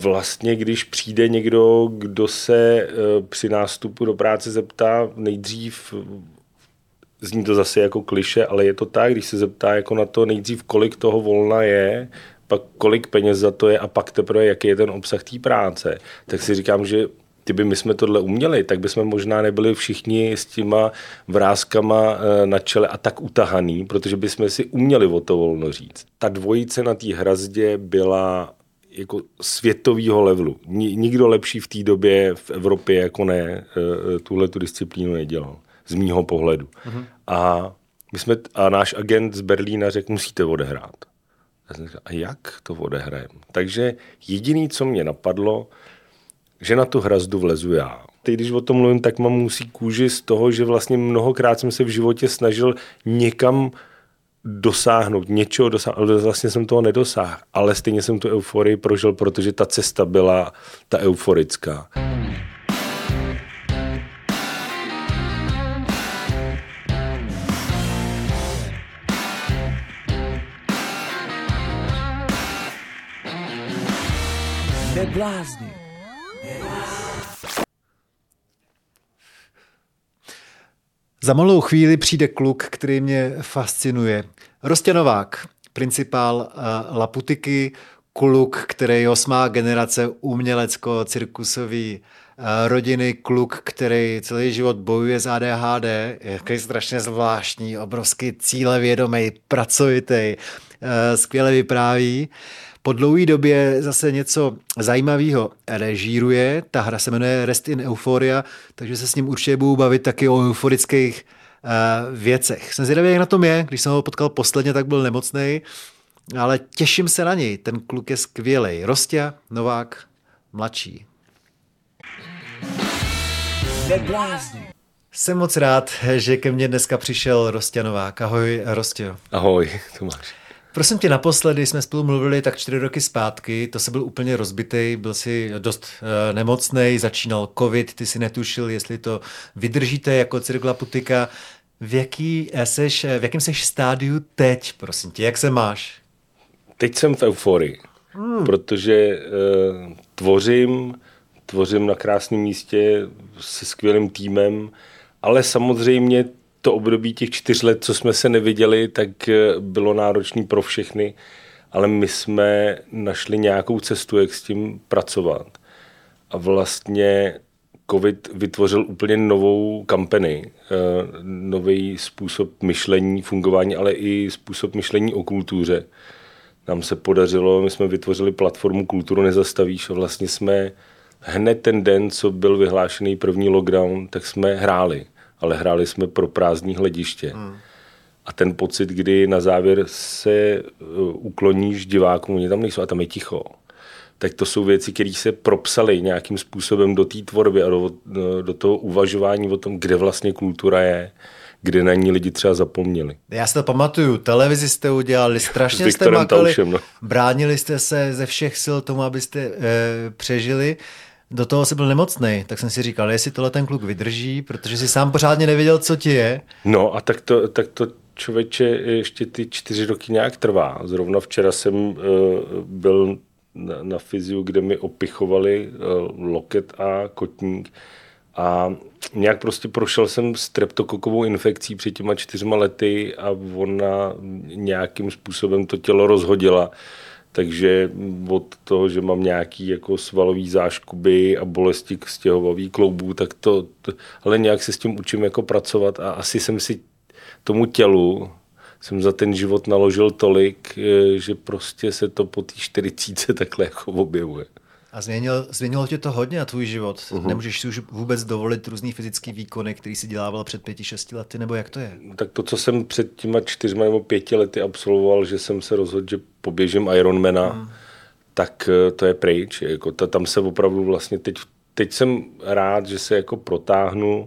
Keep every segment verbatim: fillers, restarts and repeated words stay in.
Vlastně, když přijde někdo, kdo se při nástupu do práce zeptá nejdřív, zní to zase jako kliše, ale je to tak, když se zeptá jako na to nejdřív, kolik toho volna je, pak kolik peněz za to je a pak teprve, jaký je ten obsah té práce, tak si říkám, že kdyby my jsme tohle uměli, tak bychom možná nebyli všichni s těma vrázkama na čele a tak utahaný, protože bychom si uměli o to volno říct. Ta dvojice na té hrazdě byla jako světovýho levelu. Nikdo lepší v té době v Evropě jako ne tuhle tu disciplínu nedělal. Z mýho pohledu. Uh-huh. A, my jsme, a náš agent z Berlína řekl, musíte odehrát. A jsem říkal, a jak to odehrajeme? Takže jediný, co mě napadlo, že na tu hrazdu vlezu já. Teď, když o tom mluvím, tak mám musí kůži z toho, že vlastně mnohokrát jsem se v životě snažil někam dosáhnout, něčeho dosáhnout, ale vlastně jsem toho nedosáhl, ale stejně jsem tu euforii prožil, protože ta cesta byla ta euforická. Neblázni. Za malou chvíli přijde kluk, který mě fascinuje. Rostě Novák, principál uh, Laputiky, kluk, který je osmá generace umělecko-cirkusový uh, rodiny, kluk, který celý život bojuje s A D H D, je strašně zvláštní, obrovský cílevědomý, pracovitý, uh, skvěle vypráví. Po dlouhé době zase něco zajímavého režíruje. Ta hra se jmenuje Rest in Euphoria, takže se s ním určitě budu bavit taky o euforických uh, věcech. Jsem zvědavý, jak na tom je. Když jsem ho potkal posledně, tak byl nemocnej, ale těším se na něj. Ten kluk je skvělej. Rostě Novák, mladší. Neblázni. Jsem moc rád, že ke mně dneska přišel Rostě Novák. Ahoj, Rostě. Ahoj, Tomáš. Prosím tě, naposledy jsme spolu mluvili tak čtyři roky zpátky, to se byl úplně rozbitej, byl si dost uh, nemocnej, začínal covid, ty si netušil, jestli to vydržíte jako Cirk Laputika. V, jaký seš, v jakém seš stádiu teď, prosím tě, jak se máš? Teď jsem v euforii, hmm. protože uh, tvořím, tvořím na krásném místě se skvělým týmem, ale samozřejmě to období těch čtyř let, co jsme se neviděli, tak bylo náročný pro všechny, ale my jsme našli nějakou cestu, jak s tím pracovat. A vlastně covid vytvořil úplně novou kampani, nový způsob myšlení, fungování, ale i způsob myšlení o kultuře. Nám se podařilo, my jsme vytvořili platformu Kulturu nezastavíš a vlastně jsme hned ten den, co byl vyhlášený první lockdown, tak jsme hráli. Ale hráli jsme pro prázdný hlediště. Hmm. A ten pocit, kdy na závěr se ukloníš divákům, oni tam nejsou a tam je ticho, tak to jsou věci, které se propsaly nějakým způsobem do té tvorby a do, do toho uvažování o tom, kde vlastně kultura je, kde na ní lidi třeba zapomněli. Já si to pamatuju, televizi jste udělali, strašně jste makali, no. Bránili jste se ze všech sil tomu, abyste e, přežili. Do toho jsi byl nemocnej, tak jsem si říkal, jestli tohle ten kluk vydrží, protože si sám pořádně nevěděl, co ti je. No a tak to, tak to člověče ještě ty čtyři roky nějak trvá. Zrovna včera jsem uh, byl na, na fyziu, kde mi opichovali uh, loket a kotník a nějak prostě prošel jsem streptokokovou infekcí před těma čtyřma lety a ona nějakým způsobem to tělo rozhodila. Takže od toho, že mám nějaký jako svalový záškuby a bolesti stěhovavý kloubů, tak to, to, ale nějak se s tím učím jako pracovat a asi jsem si tomu tělu, jsem za ten život naložil tolik, že prostě se to po té čtyřicítce takhle jako objevuje. A změnil, změnilo tě to hodně na tvůj život? Uh-huh. Nemůžeš si už vůbec dovolit různý fyzický výkony, který si dělával před pěti, šesti lety, nebo jak to je? Tak to, co jsem před těma čtyřma nebo pěti lety absolvoval, že jsem se rozhodl, že poběžím Ironmana, uh-huh. tak to je pryč. Jako ta, tam se opravdu vlastně teď, teď jsem rád, že se jako protáhnu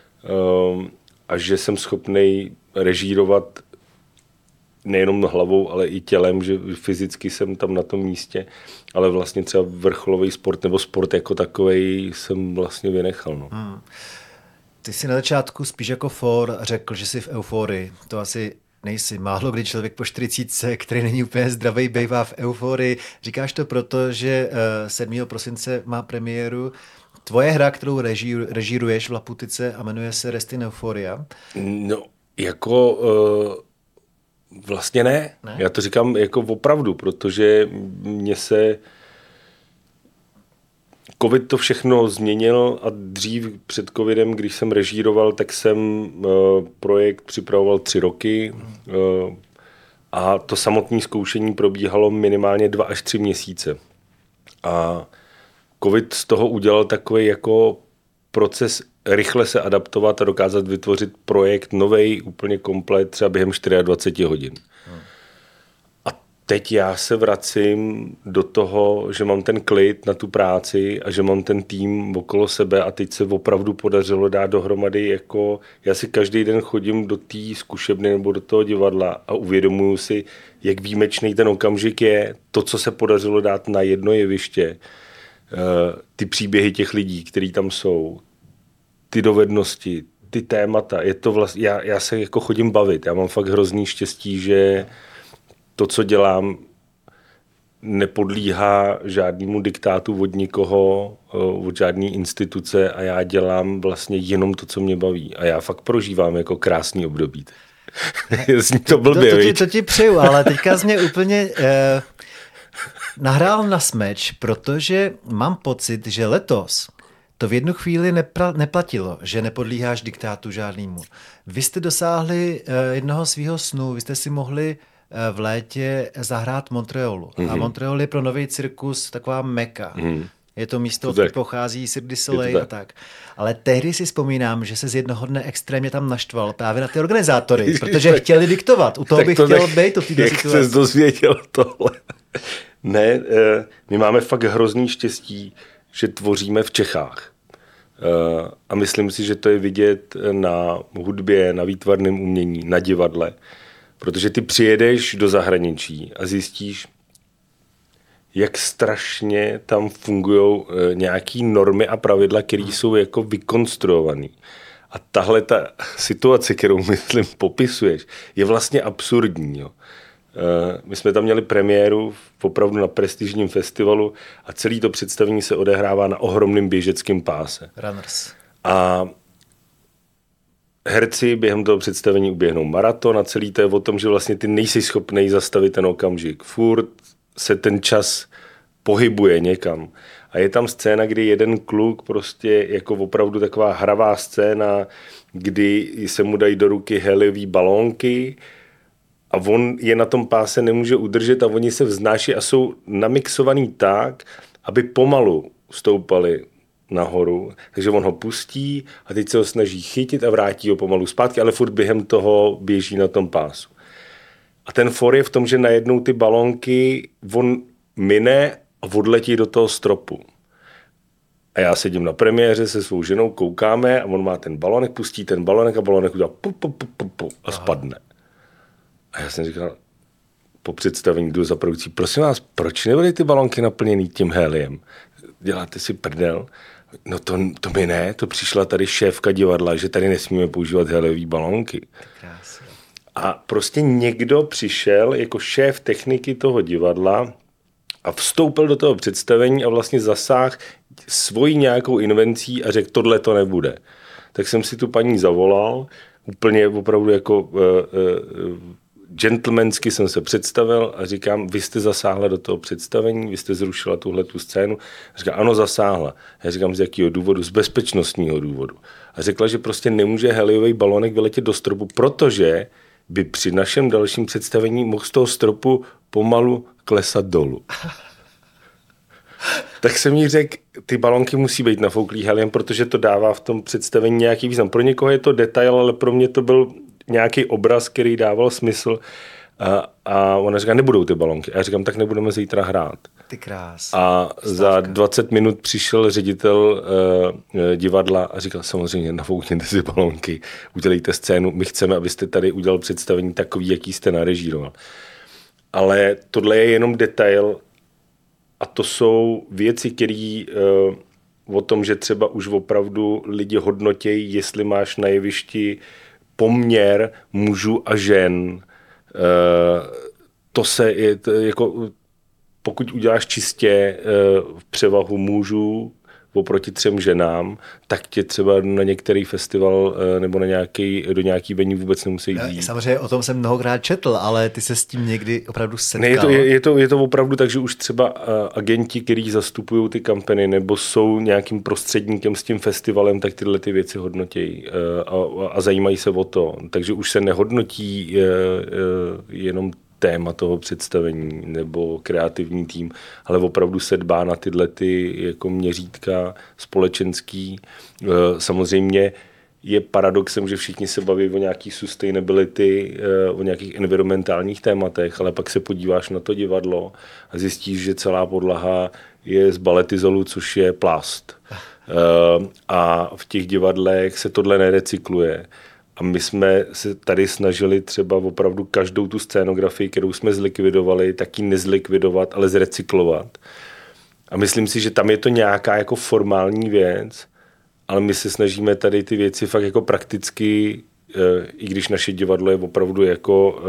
um, a že jsem schopnej režírovat nejenom hlavou, ale i tělem, že fyzicky jsem tam na tom místě, ale vlastně třeba vrcholový sport nebo sport jako takovej jsem vlastně vynechal. No. Hmm. Ty jsi na začátku spíš jako for řekl, že jsi v euforii. To asi nejsi. Málo kdy člověk po čtyřicítce, který není úplně zdravý, bývá v euforii. Říkáš to proto, že sedmého prosince má premiéru tvoje hra, kterou režíru, režíruješ v Laputice a jmenuje se Rest in Euphoria. No, jako uh, vlastně ne. ne. Já to říkám jako opravdu, protože mě se covid to všechno změnil a dřív před covidem, když jsem režíroval, tak jsem uh, projekt připravoval tři roky uh, a to samotné zkoušení probíhalo minimálně dva až tři měsíce. A covid z toho udělal takový jako proces rychle se adaptovat a dokázat vytvořit projekt novej, úplně komplet, třeba během dvacet čtyři hodin. Hmm. A teď já se vracím do toho, že mám ten klid na tu práci a že mám ten tým okolo sebe a teď se opravdu podařilo dát dohromady, jako já si každý den chodím do té zkušebny nebo do toho divadla a uvědomuju si, jak výjimečný ten okamžik je, to, co se podařilo dát na jedno jeviště, ty příběhy těch lidí, kteří tam jsou, ty dovednosti, ty témata, je to vlastně, já, já se jako chodím bavit, já mám fakt hrozný štěstí, že to, co dělám, nepodlíhá žádnému diktátu od nikoho, od žádné instituce a já dělám vlastně jenom to, co mě baví a já fakt prožívám jako krásný období. Zní to blbě, to, to, ti, to ti přeju, ale teďka jsi mě úplně eh, nahrál na smeč, protože mám pocit, že letos to v jednu chvíli nepra, neplatilo, že nepodlíháš diktátu žádnému. Vy jste dosáhli eh, jednoho svého snu, vy jste si mohli eh, v létě zahrát Montrealu. Mm-hmm. A Montreal je pro nový cirkus taková meka. Mm-hmm. Je to místo, odkud pochází Cirque du Soleil a tak. Ale tehdy si vzpomínám, že se z jednoho dne extrémně tam naštval právě na ty organizátory, protože chtěli diktovat. U toho bych to chtěl být. To jak situace. Jsi dozvěděl tohle? Ne, my máme fakt hrozný štěstí, že tvoříme v Čechách. A myslím si, že to je vidět na hudbě, na výtvarném umění, na divadle. Protože ty přijedeš do zahraničí a zjistíš, jak strašně tam fungují nějaké normy a pravidla, které jsou jako vykonstruované. A tahle ta situace, kterou myslím popisuješ, je vlastně absurdní. Jo. My jsme tam měli premiéru opravdu na prestižním festivalu a celé to představení se odehrává na ohromném běžeckém páse. Runners. A herci během toho představení uběhnou maraton a celý to je o tom, že vlastně ty nejsi schopnej zastavit ten okamžik. Furt se ten čas pohybuje někam. A je tam scéna, kdy jeden kluk prostě jako opravdu taková hravá scéna, kdy se mu dají do ruky heliový balónky a on je na tom páse nemůže udržet a oni se vznáší a jsou namixovaný tak, aby pomalu stoupali nahoru. Takže on ho pustí a teď se ho snaží chytit a vrátí ho pomalu zpátky, ale furt během toho běží na tom pásu. A ten for je v tom, že najednou ty balónky on mine a odletí do toho stropu. A já sedím na premiéře se svou ženou, koukáme a on má ten balonek, pustí ten balonek a balonek udělá pu, pu, pu, pu, pu, a spadne. A já jsem říkal po představení, jdu za produkcí, prosím vás, proč nebyly ty balonky naplněný tím heliem? Děláte si prdel? No to, to mi ne, to přišla tady šéfka divadla, že tady nesmíme používat heliový balonky. Krásně. A prostě někdo přišel jako šéf techniky toho divadla a vstoupil do toho představení a vlastně zasáhl svojí nějakou invencí a řekl, tohle to nebude. Tak jsem si tu paní zavolal, úplně opravdu jako uh, uh, gentlemansky jsem se představil a říkám, vy jste zasáhla do toho představení, vy jste zrušila tuhle tu scénu. A říká, ano, zasáhla. Já říkám, z jakého důvodu? Z bezpečnostního důvodu. A řekla, že prostě nemůže heliový balonek vyletět do stropu, protože by při našem dalším představení mohl z toho stropu pomalu klesat dolů. Tak jsem jí řekl, ty balonky musí být nafouklý heliem, protože to dává v tom představení nějaký význam. Pro někoho je to detail, ale pro mě to byl nějaký obraz, který dával smysl. A, a ona říká, nebudou ty balonky. A já říkám, tak nebudeme zítra hrát. Ty krás. A Stavka. Za dvacet minut přišel ředitel uh, divadla a říkal, samozřejmě nafoukněte si balonky, udělejte scénu, my chceme, abyste tady udělal představení takový, jaký jste narežíroval. Ale tohle je jenom detail a to jsou věci, které uh, o tom, že třeba už opravdu lidi hodnotějí, jestli máš na jevišti poměr mužů a žen To se je, to, jako, pokud uděláš čistě v převahu mužů oproti třem ženám, tak tě třeba na některý festival nebo na nějaký, do nějaký venue vůbec nemusí jít. Samozřejmě o tom jsem mnohokrát četl, ale ty se s tím někdy opravdu setkal. Ne, je, to, je, je, to, je to opravdu tak, že už třeba agenti, kteří zastupují ty kampany nebo jsou nějakým prostředníkem s tím festivalem, tak tyhle ty věci hodnotí a, a zajímají se o to. Takže už se nehodnotí jenom téma toho představení nebo kreativní tým, ale opravdu se dbá na tyhle ty jako měřítka společenský. Samozřejmě je paradoxem, že všichni se baví o nějaký sustainability, o nějakých environmentálních tématech, ale pak se podíváš na to divadlo a zjistíš, že celá podlaha je z baletizolu, což je plast. A v těch divadlech se tohle nerecykluje. A my jsme se tady snažili třeba opravdu každou tu scénografii, kterou jsme zlikvidovali, tak ji nezlikvidovat, ale zrecyklovat. A myslím si, že tam je to nějaká jako formální věc, ale my se snažíme tady ty věci fakt jako prakticky, i když naše divadlo je opravdu jako,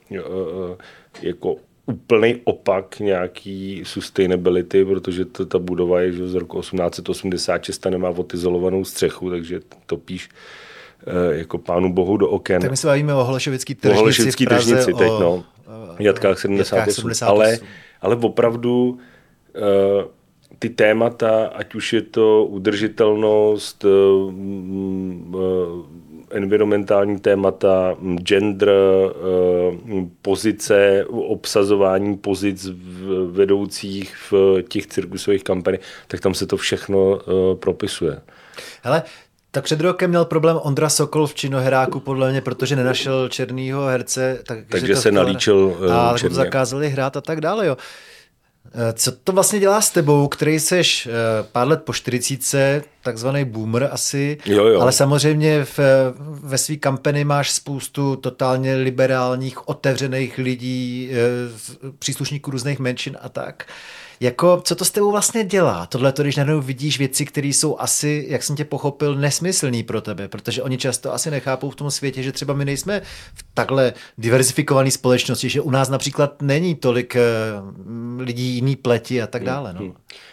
jako úplný opak nějaký sustainability, protože to, ta budova je že z roku osmnáct set osmdesát šest a nemá odizolovanou střechu, takže to píš jako pánu bohu do oken. Tak my se bavíme o Holešovický tržnici, Holešovický v Praze, tržnici teď, o, no. Jatkách sedmdesát osm. sedmdesát osm. Ale, ale opravdu uh, ty témata, ať už je to udržitelnost, uh, uh, environmentální témata, gender, uh, pozice, obsazování pozic v vedoucích v těch cirkusových kampaních, tak tam se to všechno uh, propisuje. Hele, tak před rokem měl problém Ondra Sokol v Činoheráku podle mě, protože nenašel černýho herce. Tak, Takže se nalíčil uh, a tak zakázali hrát a tak dále. Jo. Co to vlastně dělá s tebou, který seš pár let po čtyřicítce, takzvaný boomer asi, jo, jo. ale samozřejmě v, ve své kampani máš spoustu totálně liberálních, otevřených lidí, příslušníků různých menšin a tak. Jako, co to s tebou vlastně dělá? Tohle to, když najednou vidíš věci, které jsou asi, jak jsem tě pochopil, nesmyslný pro tebe, protože oni často asi nechápou v tom světě, že třeba my nejsme v takhle diverzifikované společnosti, že u nás například není tolik uh, lidí jiný pleti a tak dále. No. Hmm. Uh,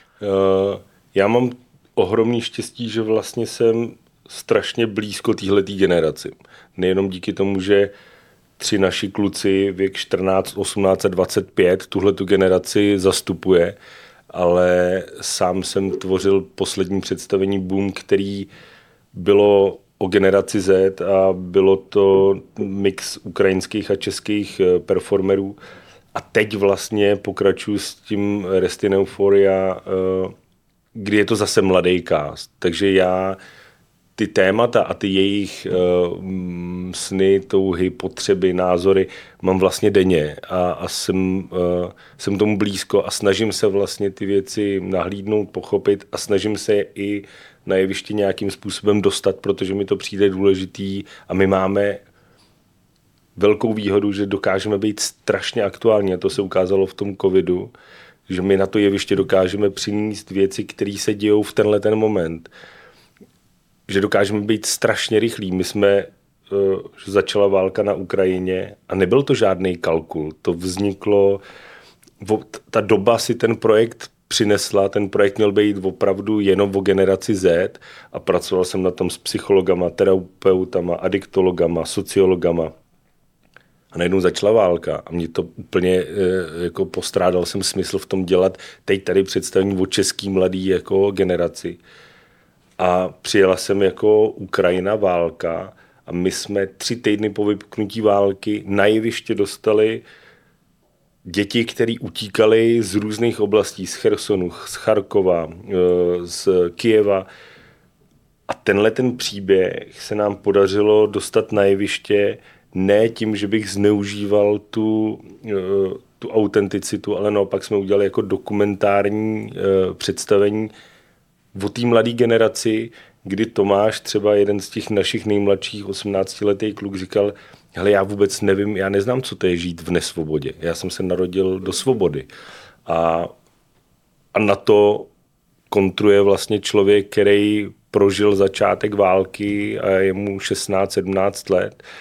já mám ohromný štěstí, že vlastně jsem strašně blízko téhletý generaci. Nejenom díky tomu, že tři naši kluci věk čtrnáct, osmnáct a dvacet pět tuhletu generaci zastupuje, ale sám jsem tvořil poslední představení Boom, který bylo o generaci Z a bylo to mix ukrajinských a českých performerů. A teď vlastně pokračuji s tím Rest in Euphoria, kdy je to zase mladý cast. Takže já ty témata a ty jejich uh, sny, touhy, potřeby, názory mám vlastně denně a, a jsem, uh, jsem tomu blízko a snažím se vlastně ty věci nahlídnout, pochopit a snažím se je i na jevišti nějakým způsobem dostat, protože mi to přijde důležitý a my máme velkou výhodu, že dokážeme být strašně aktuální a to se ukázalo v tom covidu, že my na to jeviště dokážeme přinést věci, které se dějou v tenhle ten moment. Že dokážeme být strašně rychlí. My jsme, že začala válka na Ukrajině a nebyl to žádný kalkul. To vzniklo, ta doba si ten projekt přinesla, ten projekt měl být opravdu jenom o generaci Z a pracoval jsem na tom s psychologama, terapeutama, adiktologama, sociologama. A najednou začala válka a mě to úplně jako postrádal jsem smysl v tom dělat teď tady představení o český mladý jako generaci. A přijela jsem jako Ukrajina, válka a my jsme tři týdny po vypuknutí války na jeviště dostali děti, které utíkaly z různých oblastí, z Chersonu, z Charkova, z Kyjeva. A tenhle ten příběh se nám podařilo dostat na jeviště ne tím, že bych zneužíval tu, tu autenticitu, ale naopak jsme udělali jako dokumentární představení o té mladé generaci, kdy Tomáš, třeba jeden z těch našich nejmladších osmnáctiletý kluk, říkal, hele, já vůbec nevím, já neznám, co to je žít v nesvobodě. Já jsem se narodil do svobody. A, a na to kontruje vlastně člověk, který prožil začátek války a je mu šestnáct sedmnáct let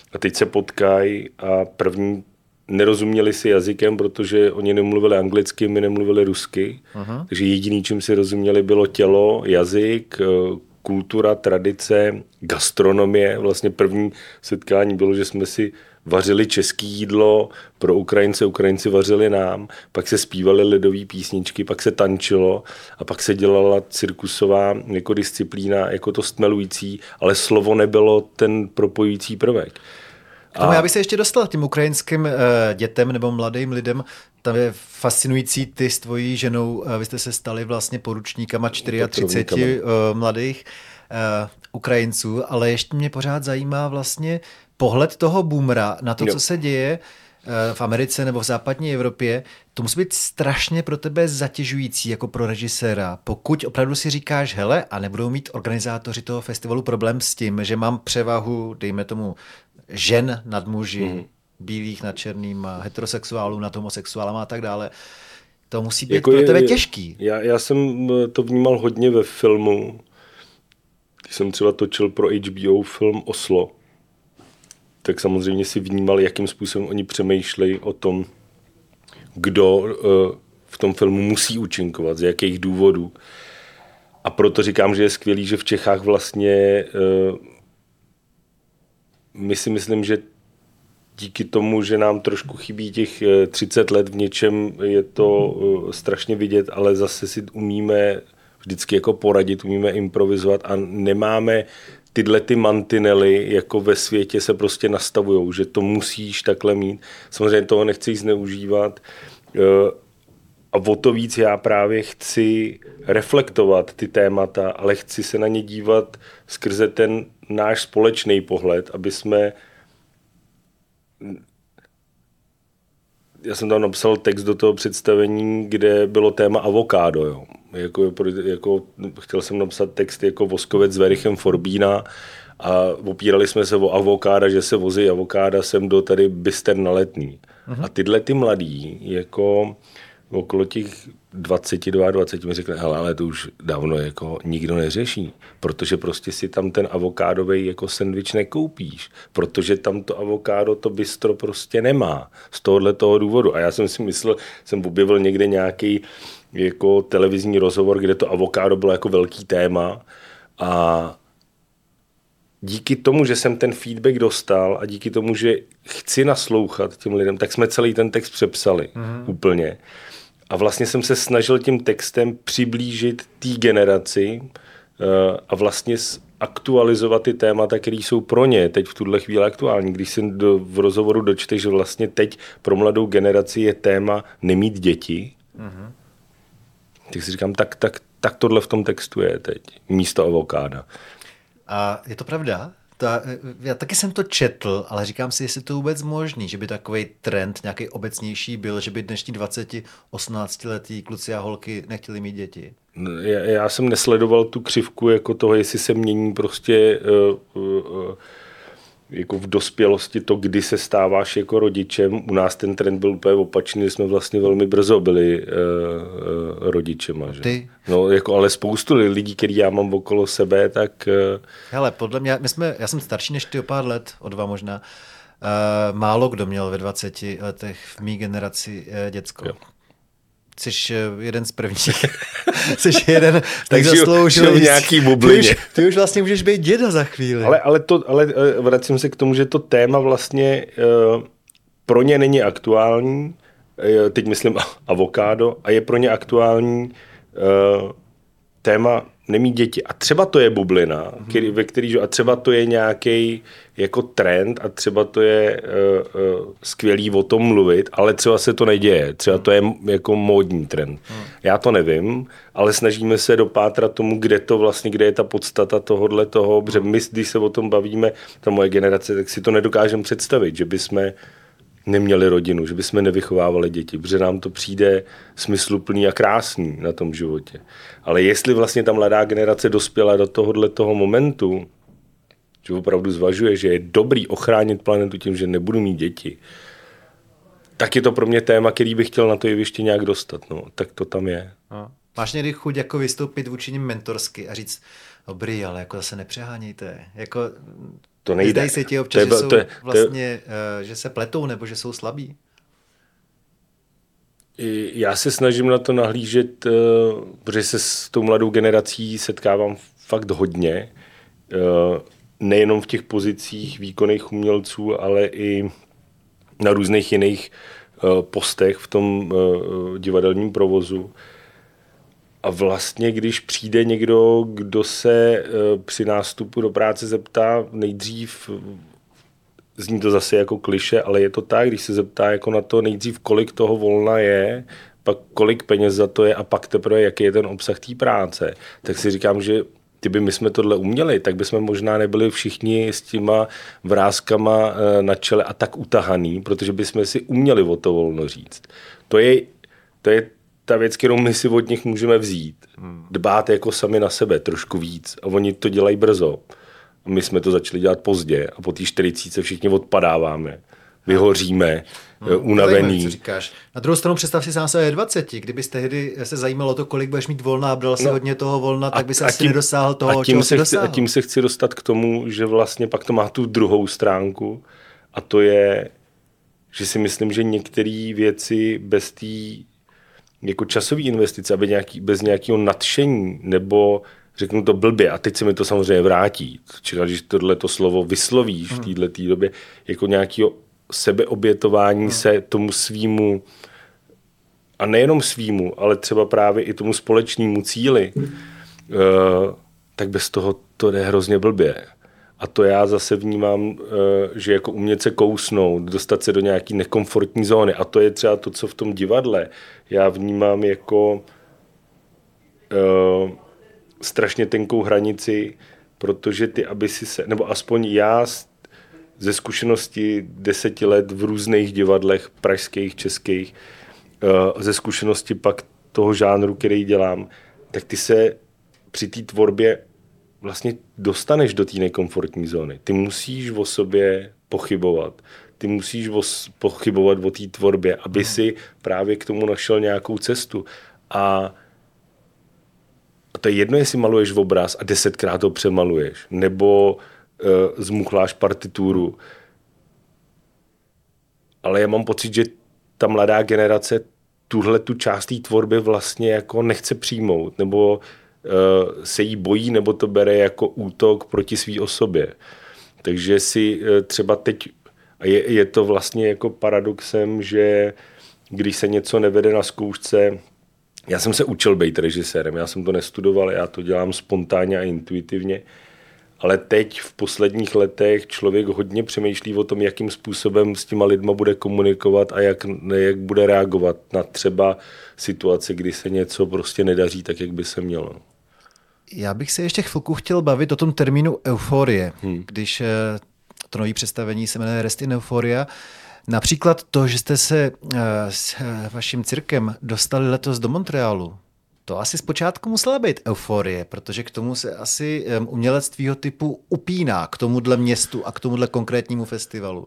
a teď se potkají a první nerozuměli si jazykem, protože oni nemluvili anglicky, my nemluvili rusky. Aha. Takže jediný, čím si rozuměli, bylo tělo, jazyk, kultura, tradice, gastronomie. Vlastně první setkání bylo, že jsme si vařili české jídlo pro Ukrajince, Ukrajinci vařili nám, pak se zpívaly lidové písničky, pak se tančilo a pak se dělala cirkusová jako disciplína, jako to stmelující, ale slovo nebylo ten propojující prvek. K tomu já bych se ještě dostal k těm ukrajinským uh, dětem nebo mladým lidem. Tam je fascinující, ty s tvojí ženou, uh, vy jste se stali vlastně poručníkama třicet čtyři uh, mladých uh, Ukrajinců, ale ještě mě pořád zajímá vlastně pohled toho boomera na to, jo. co se děje uh, v Americe nebo v západní Evropě. To musí být strašně pro tebe zatěžující jako pro režiséra. Pokud opravdu si říkáš, hele, a nebudou mít organizátoři toho festivalu problém s tím, že mám převahu, dejme tomu, žen nad muži, mm. bílých nad černýma, heterosexuálů nad homosexuálama a tak dále. To musí být jako pro tebe je, těžký. Já, já jsem to vnímal hodně ve filmu. Když jsem třeba točil pro H B O film Oslo, tak samozřejmě si vnímal, jakým způsobem oni přemýšlejí o tom, kdo uh, v tom filmu musí účinkovat, z jakých důvodů. A proto říkám, že je skvělý, že v Čechách vlastně uh, my si myslím, že díky tomu, že nám trošku chybí těch třicet let v něčem, je to strašně vidět, ale zase si umíme vždycky jako poradit, umíme improvizovat a nemáme tyhle ty mantinely, jako ve světě se prostě nastavujou, že to musíš takhle mít. Samozřejmě toho nechci zneužívat a o to víc já právě chci reflektovat ty témata, ale chci se na ně dívat skrze ten náš společný pohled, aby jsme... Já jsem tam napsal text do toho představení, kde bylo téma avokádo. Jo. Jako, jako, chtěl jsem napsat text jako Voskovec s Verichem Forbína a opírali jsme se o avokáda, že se vozí avokáda sem do tady Byster na Letný. Uh-huh. A tyhle ty mladí, jako okolo těch dvacet, dvacet dva mi řekli, hele, ale to už dávno jako nikdo neřeší, protože prostě si tam ten avokádový jako sendvič nekoupíš, protože tam to avokádo, to bistro prostě nemá z tohohle toho důvodu. A já jsem si myslel, jsem objevil někde nějaký jako televizní rozhovor, kde to avokádo bylo jako velký téma a díky tomu, že jsem ten feedback dostal a díky tomu, že chci naslouchat těm lidem, tak jsme celý ten text přepsali mm. úplně. A vlastně jsem se snažil tím textem přiblížit té generaci uh, a vlastně aktualizovat ty témata, které jsou pro ně teď v tuhle chvíli aktuální. Když si do, v rozhovoru dočteš, že vlastně teď pro mladou generaci je téma nemít děti, mm-hmm. tak si říkám, tak, tak, tak tohle v tom textu je teď, místo avokáda. A je to pravda? Ta, já taky jsem to četl, ale říkám si, jestli to vůbec možný, že by takový trend nějaký obecnější byl, že by dnešní dvacet osmnáctiletí kluci a holky nechtěli mít děti. Já, já jsem nesledoval tu křivku jako toho, jestli se mění prostě uh, uh, jako v dospělosti to, kdy se stáváš jako rodičem. U nás ten trend byl úplně opačný, jsme vlastně velmi brzo byli uh, uh, rodičema. Že? Ty? No, jako, ale spoustu lidí, který já mám okolo sebe, tak... Uh... Hele, podle mě, my jsme, já jsem starší než ty o pár let, o dva možná. Uh, málo kdo měl ve dvaceti letech v mý generaci uh, děcko. Jo. Jsi jeden z prvních. Jsi jeden tak zasloužil v nějaký bublině. Ty už, ty už vlastně můžeš být děda za chvíli. Ale, ale, to, ale vracím se k tomu, že to téma vlastně uh, pro ně není aktuální. Uh, teď myslím avokádo. A je pro ně aktuální uh, téma nemít děti. A třeba to je bublina, hmm. který, ve který, a třeba to je nějaký jako trend a třeba to je uh, uh, skvělý o tom mluvit, ale třeba se to neděje. Třeba to je jako módní trend. Hmm. Já to nevím, ale snažíme se dopátrat tomu, kde to vlastně, kde je ta podstata tohohle toho, protože my, když se o tom bavíme, ta moje generace, tak si to nedokážeme představit, že bychom neměli rodinu, že bychom nevychovávali děti, protože nám to přijde smysluplný a krásný na tom životě. Ale jestli vlastně ta mladá generace dospěla do tohohle toho momentu, že opravdu zvažuje, že je dobrý ochránit planetu tím, že nebudu mít děti, tak je to pro mě téma, který bych chtěl na to jeviště nějak dostat. No, tak to tam je. No. Máš někdy chuť jako vystoupit vůči nim mentorsky a říct, dobrý, ale jako zase nepřehánějte. Jako... To nejde. Nezdají se ti občas, to je, že jsou to je, vlastně, to je... že se pletou nebo že jsou slabí? Já se snažím na to nahlížet, protože se s tou mladou generací setkávám fakt hodně. Nejenom v těch pozicích výkonných umělců, ale i na různých jiných postech v tom divadelním provozu. A vlastně, když přijde někdo, kdo se při nástupu do práce zeptá nejdřív, zní to zase jako kliše, ale je to tak, když se zeptá jako na to nejdřív, kolik toho volna je, pak kolik peněz za to je a pak teprve, jaký je ten obsah té práce, tak si říkám, že kdyby my jsme tohle uměli, tak bychom možná nebyli všichni s těma vrázkama na čele a tak utahaný, protože bychom si uměli o to volno říct. To je, to je ta věc, kterou my si od nich můžeme vzít. Dbát jako sami na sebe trošku víc a oni to dělají brzo. My jsme to začali dělat pozdě a po té čtyřicítce všichni odpadáváme, vyhoříme, hmm, unavený. Co říkáš. Na druhou stranu představ si sám sebe ve dvaceti, kdybys tehdy se zajímalo to, kolik budeš mít volna a bral si no, hodně toho volna, tak by se asi tím, nedosáhl toho, čeho si dosáhl. A tím se chci dostat k tomu, že vlastně pak to má tu druhou stránku a to je, že si myslím, že některé věci bez té jako časové investice, aby nějaký, bez nějakého nadšení nebo řeknu to blbě a teď se mi to samozřejmě vrátí. Čili když tohleto slovo vyslovíš v této době jako nějakého sebeobětování hmm. se tomu svýmu a nejenom svýmu, ale třeba právě i tomu společnému cíli, hmm. uh, tak bez toho to jde hrozně blbě. A to já zase vnímám, uh, že jako umět se kousnout, dostat se do nějaký nekomfortní zóny. A to je třeba to, co v tom divadle já vnímám jako uh, strašně tenkou hranici, protože ty, aby si se, nebo aspoň já ze zkušenosti deseti let v různých divadlech, pražských, českých, ze zkušenosti pak toho žánru, který dělám, tak ty se při té tvorbě vlastně dostaneš do té nekomfortní zóny. Ty musíš o sobě pochybovat. Ty musíš o, pochybovat o té tvorbě, aby si právě k tomu našel nějakou cestu. A A to je jedno, jestli maluješ obraz a desetkrát ho přemaluješ, nebo uh, zmuchláš partituru. Ale já mám pocit, že ta mladá generace tuhle tu část té tvorby vlastně jako nechce přijmout, nebo uh, se jí bojí, nebo to bere jako útok proti své osobě. Takže si uh, třeba teď, a je, je to vlastně jako paradoxem, že když se něco nevede na zkoušce, já jsem se učil být režisérem, já jsem to nestudoval, já to dělám spontánně a intuitivně, ale teď v posledních letech člověk hodně přemýšlí o tom, jakým způsobem s těma lidma bude komunikovat a jak, jak bude reagovat na třeba situace, kdy se něco prostě nedaří tak, jak by se mělo. Já bych se ještě chvilku chtěl bavit o tom termínu euforie, hmm. když to nový představení se jmenuje Rest in Euphoria. Například to, že jste se s vaším cirkem dostali letos do Montrealu, to asi zpočátku musela být euforie, protože k tomu se asi umělec tvýho typu upíná, k tomuhle městu a k tomuhle konkrétnímu festivalu.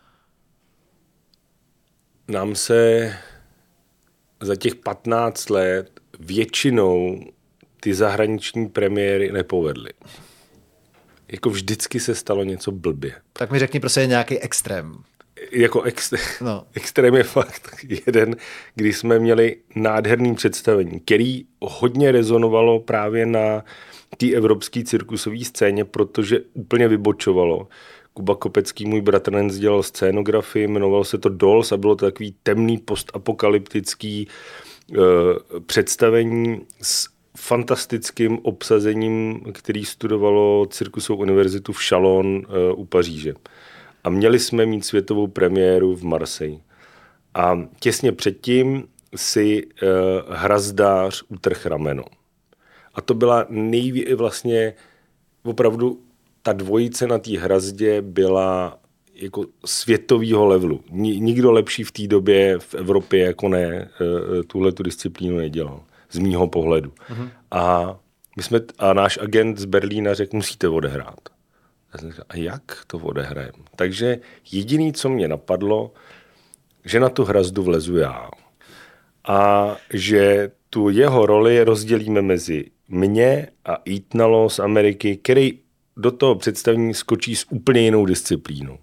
Nám se za těch patnáct let většinou ty zahraniční premiéry nepovedly. Jako vždycky se stalo něco blbě. Tak mi řekni prostě nějaký extrém. Jako extrém, no. extrém je fakt jeden, kdy jsme měli nádherný představení, který hodně rezonovalo právě na té evropské cirkusové scéně, protože úplně vybočovalo. Kuba Kopecký, můj bratranec, dělal scénografii, jmenoval se to Dolls a bylo to takový temný postapokalyptický uh, představení s fantastickým obsazením, který studovalo Cirkusovou univerzitu v Chalon uh, u Paříže. A měli jsme mít světovou premiéru v Marseille. A těsně předtím si uh, hrazdář utrhl rameno. A to byla nejví, vlastně opravdu ta dvojice na té hrazdě byla jako světovýho levelu. Nikdo lepší v té době v Evropě jako ne uh, tuhle tu disciplínu nedělal. Z mýho pohledu. Uh-huh. A, my jsme, a náš agent z Berlína řekl, musíte odehrát. A jak to odehrajeme? Takže jediné, co mě napadlo, že na tu hrazdu vlezu já. A že tu jeho roli rozdělíme mezi mě a Ethnalo z Ameriky, který do toho představení skočí s úplně jinou disciplínou.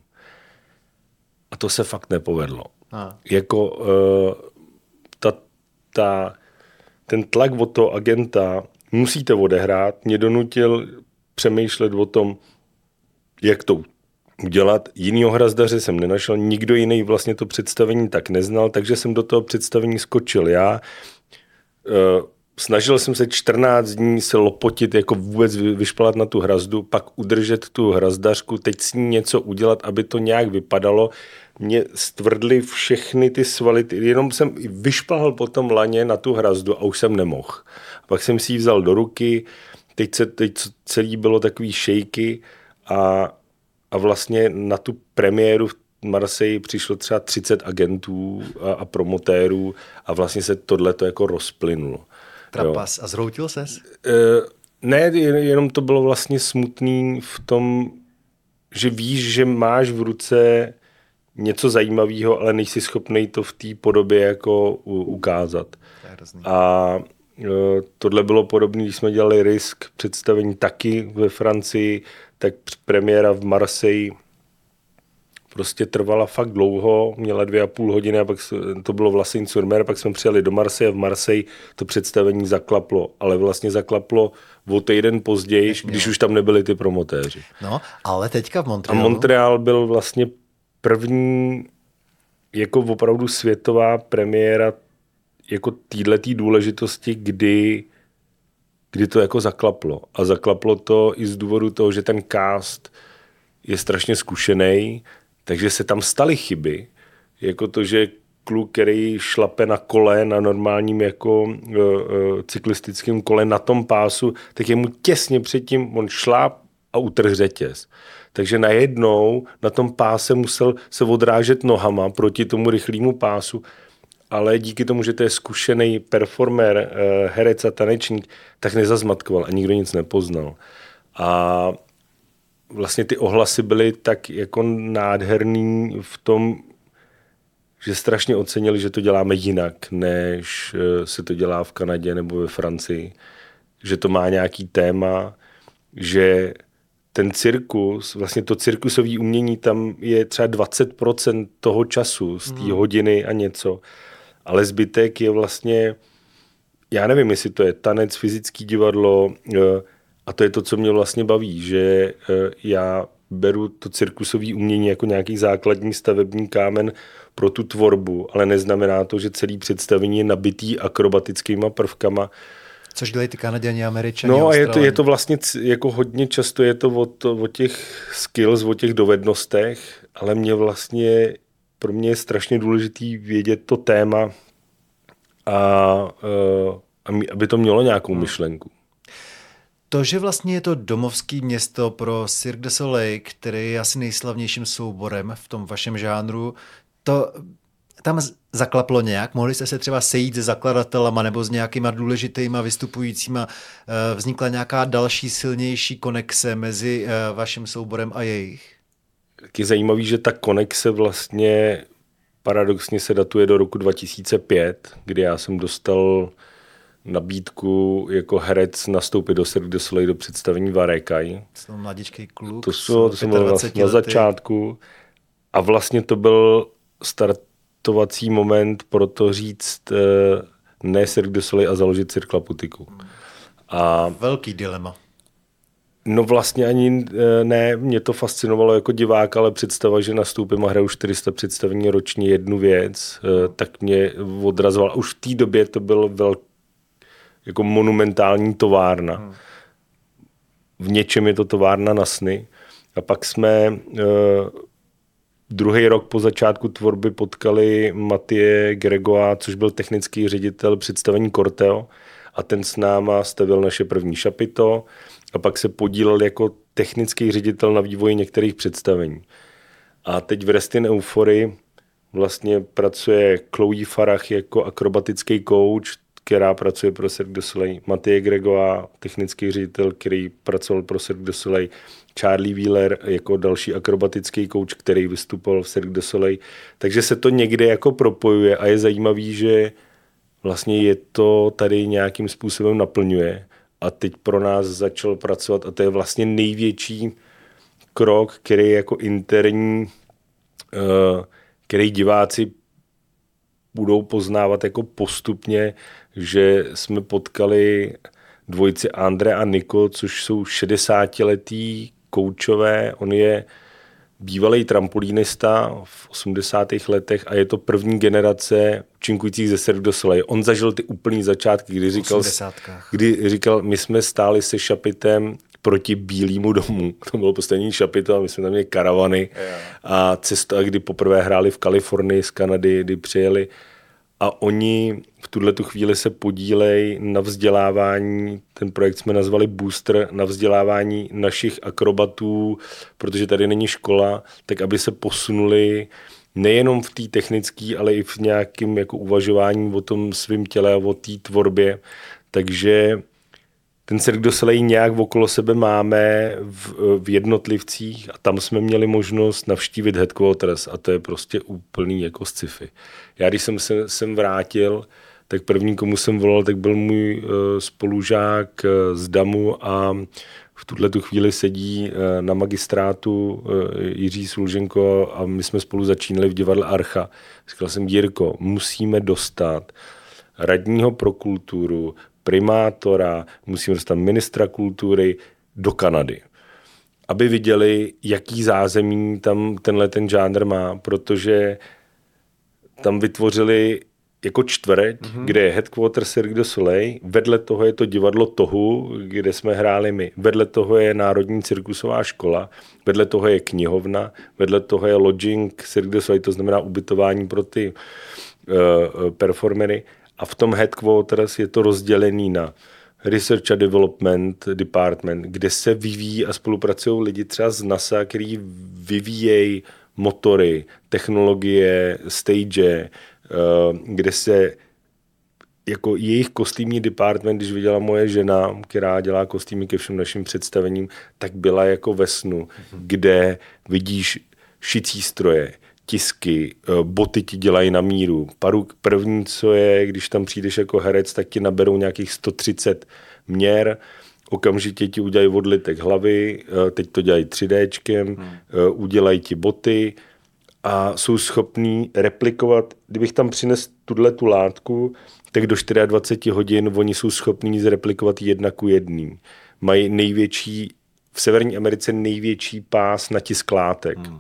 A to se fakt nepovedlo. A. Jako uh, ta, ta, ten tlak od toho agenta musíte odehrát, mě donutil přemýšlet o tom, jak to udělat. Jinýho hrazdaře jsem nenašel, nikdo jiný vlastně to představení tak neznal, takže jsem do toho představení skočil já. Uh, Snažil jsem se čtrnáct dní se lopotit, jako vůbec vyšpalat na tu hrazdu, pak udržet tu hrazdařku, teď s ní něco udělat, aby to nějak vypadalo. Mě stvrdly všechny ty svaly, jenom jsem vyšplhal potom laně na tu hrazdu a už jsem nemohl. Pak jsem si ji vzal do ruky, teď, se, teď celý bylo takový šejky a, a vlastně na tu premiéru v Marseille přišlo třeba třicet agentů a, a promotérů a vlastně se tohleto jako rozplynulo. Trapas. Jo. A zhroutil ses? E, ne, jenom to bylo vlastně smutný v tom, že víš, že máš v ruce něco zajímavého, ale nejsi schopný to v té podobě jako u, ukázat. A e, tohle bylo podobné, když jsme dělali Risk představení taky ve Francii, tak premiéra v Marseille prostě trvala fakt dlouho, měla dvě a půl hodiny a pak to bylo vlastně sur-mer, pak jsme přijeli do Marseille a v Marseille to představení zaklaplo, ale vlastně zaklaplo o týden později, když už tam nebyli ty promotéři. No, ale teďka v Montrealu. A Montreal byl vlastně první jako opravdu světová premiéra jako týhletý důležitosti, kdy, kdy to jako zaklaplo. A zaklaplo to i z důvodu toho, že ten cast je strašně zkušený, takže se tam staly chyby, jako to, že kluk, který šlape na kole, na normálním jako uh, uh, cyklistickém kole na tom pásu, tak je mu těsně předtím, on šláp a utrhl řetěz. Takže najednou na tom páse musel se odrážet nohama proti tomu rychlému pásu, ale díky tomu, že to je zkušený performer, uh, herec a tanečník, tak nezazmatkoval a nikdo nic nepoznal. A vlastně ty ohlasy byly tak jako nádherný v tom, že strašně ocenili, že to děláme jinak, než se to dělá v Kanadě nebo ve Francii. Že to má nějaký téma, že ten cirkus, vlastně to cirkusové umění tam je třeba dvacet procent toho času z té hmm. hodiny a něco. Ale zbytek je vlastně, já nevím, jestli to je tanec, fyzický divadlo, a to je to, co mě vlastně baví, že já beru to cirkusové umění jako nějaký základní stavební kámen pro tu tvorbu, ale neznamená to, že celý představení je nabitý akrobatickýma prvkama. Což dělají ty Kanaděni, Američani, No a je to, je to vlastně jako hodně často je to o, to o těch skills, o těch dovednostech, ale mě vlastně, pro mě je strašně důležitý vědět to téma a, a aby to mělo nějakou hmm. myšlenku. To, že vlastně je to domovský město pro Cirque du Soleil, který je asi nejslavnějším souborem v tom vašem žánru, to tam zaklaplo nějak? Mohli jste se třeba sejít s zakladatelama nebo s nějakýma důležitýma vystupujícíma? Vznikla nějaká další silnější konexe mezi vaším souborem a jejich? Tak je zajímavý, že ta konexe vlastně paradoxně se datuje do roku dva tisíce pět, kdy já jsem dostal nabídku jako herec nastoupit do Cirque du Soleil do představení Varekai. To byl mladičký kluk. To, jsou, to jsem byl vlastně na začátku. A vlastně to byl startovací moment pro to říct ne Cirque du Soleil a založit Cirque Laputiku. A velký dilema. No vlastně ani ne, mě to fascinovalo jako divák, ale představa, že nastoupím a hraju čtyři sta představení ročně jednu věc, tak mě odrazoval. Už v té době to byl velký jako monumentální továrna. Hmm. V něčem je to továrna na sny. A pak jsme uh, druhý rok po začátku tvorby potkali Mathieu Gregoa, což byl technický ředitel představení Corteo a ten s náma stavil naše první šapito a pak se podílel jako technický ředitel na vývoji některých představení. A teď v Restin Euphorii vlastně pracuje Chloe Farah jako akrobatický coach, která pracuje pro Cirque du Soleil, Mathieu Gregoa, technický ředitel, který pracoval pro Cirque du Soleil, Charlie Wheeler jako další akrobatický kouč, který vystupoval v Cirque du Soleil. Takže se to někde jako propojuje a je zajímavý, že vlastně je to tady nějakým způsobem naplňuje. a teď pro nás začal pracovat a to je vlastně největší krok, který je jako interní, který diváci budou poznávat jako postupně, že jsme potkali dvojici Andre a Niko, což jsou šedesátiletí koučové. On je bývalý trampolínista v osmdesátých letech a je to první generace účinkujících ze Cirque du Soleil. On zažil ty úplný začátky, kdy říkal, kdy říkal, my jsme stáli se Šapitem proti Bílému domu. To bylo poslední Šapito a my jsme tam měli karavany yeah. a cesta, kdy poprvé hráli v Kalifornii z Kanady, kdy přijeli a oni v tuhletu chvíli se podílejí na vzdělávání, ten projekt jsme nazvali Booster, na vzdělávání našich akrobatů, protože tady není škola, tak aby se posunuli nejenom v té technické, ale i v nějakém jako uvažování o tom svém těle a o té tvorbě. Takže ten Cirque du Soleil nějak okolo sebe máme v, v jednotlivcích a tam jsme měli možnost navštívit headquarters a to je prostě úplný jako sci-fi. Já když jsem se sem vrátil, tak první, komu jsem volal, tak byl můj uh, spolužák uh, z Damu a v tuhletu chvíli sedí uh, na magistrátu uh, Jiří Sulženko a my jsme spolu začínali v divadle Archa. Říkal jsem, Jirko, musíme dostat radního pro kulturu, primátora, musíme dostat ministra kultury do Kanady, aby viděli, jaký zázemí tam tenhle ten žánr má, protože tam vytvořili jako čtvrť, mm-hmm. kde je headquarter Cirque du Soleil, vedle toho je to divadlo Tohu, kde jsme hráli my, vedle toho je Národní cirkusová škola, vedle toho je knihovna, vedle toho je lodging Cirque du Soleil, to znamená ubytování pro ty uh, performery. A v tom headquarters je to rozdělený na Research and Development Department, kde se vyvíjí a spolupracují lidi třeba z NASA, který vyvíjejí motory, technologie, stage, kde se jako jejich kostýmní department, když viděla moje žena, která dělá kostýmy ke všem našim představením, tak byla jako ve snu, mm-hmm. kde vidíš šicí stroje, tisky, boty ti dělají na míru. Paruk první, co je, když tam přijdeš jako herec, tak ti naberou nějakých sto třicet měr, okamžitě ti udělají odlitek hlavy, teď to dělají tři déčkem, hmm. udělají ti boty a jsou schopní replikovat. Kdybych tam přines tuto látku, tak do dvacet čtyři hodin oni jsou schopní zreplikovat jedna ku jedný. Mají největší, v Severní Americe největší pás na tisk látek. Hmm.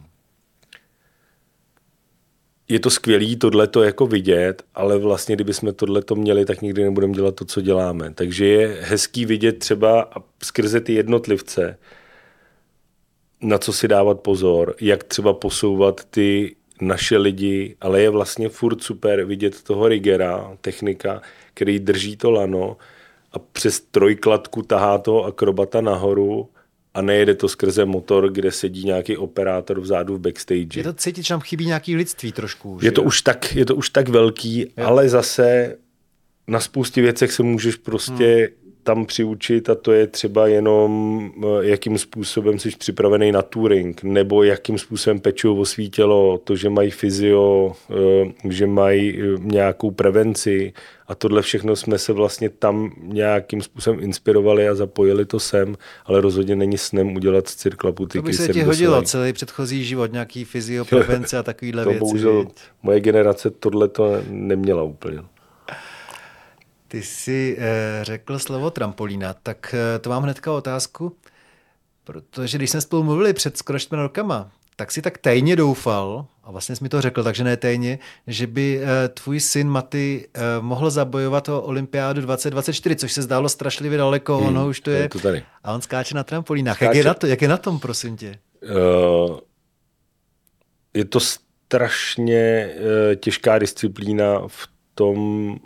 Je to skvělý tohleto jako vidět, ale vlastně, kdybychom tohleto měli, tak nikdy nebudeme dělat to, co děláme. Takže je hezký vidět třeba skrze ty jednotlivce, na co si dávat pozor, jak třeba posouvat ty naše lidi, ale je vlastně furt super vidět toho rigera, technika, který drží to lano a přes trojkladku tahá toho akrobata nahoru a nejede to skrze motor, kde sedí nějaký operátor vzadu v backstage. Je to cítit, že tam chybí nějaký lidství trošku. Je to, už tak, je to už tak velký, je. Ale zase na spoustě věcech se můžeš prostě hmm. tam přiučit a to je třeba jenom, jakým způsobem jsi připravený na touring, nebo jakým způsobem pečou o svý tělo, to, že mají fyzio, že mají nějakou prevenci a tohle všechno jsme se vlastně tam nějakým způsobem inspirovali a zapojili to sem, ale rozhodně není snem udělat z Cirque Laputiky. To by se ti hodilo celý předchozí život, nějaký fyzio, prevence a takovýhle to věci. Bohužel moje generace tohle to neměla úplně. Ty jsi eh, řekl slovo trampolína, tak eh, to mám hnedka otázku, protože když jsme spolu mluvili před skoro čtyřmi rokama, tak si tak tajně doufal, a vlastně jsi mi to řekl, takže ne tajně, že by eh, tvůj syn Maty eh, mohl zabojovat o olympiádu dvacet dvacet čtyři, což se zdálo strašlivě daleko, hmm, ono už to je, je to tady. A on skáče na trampolínách. Skáče... Jak, je na to, jak je na tom, prosím tě? Uh, je to strašně uh, těžká disciplína v tom.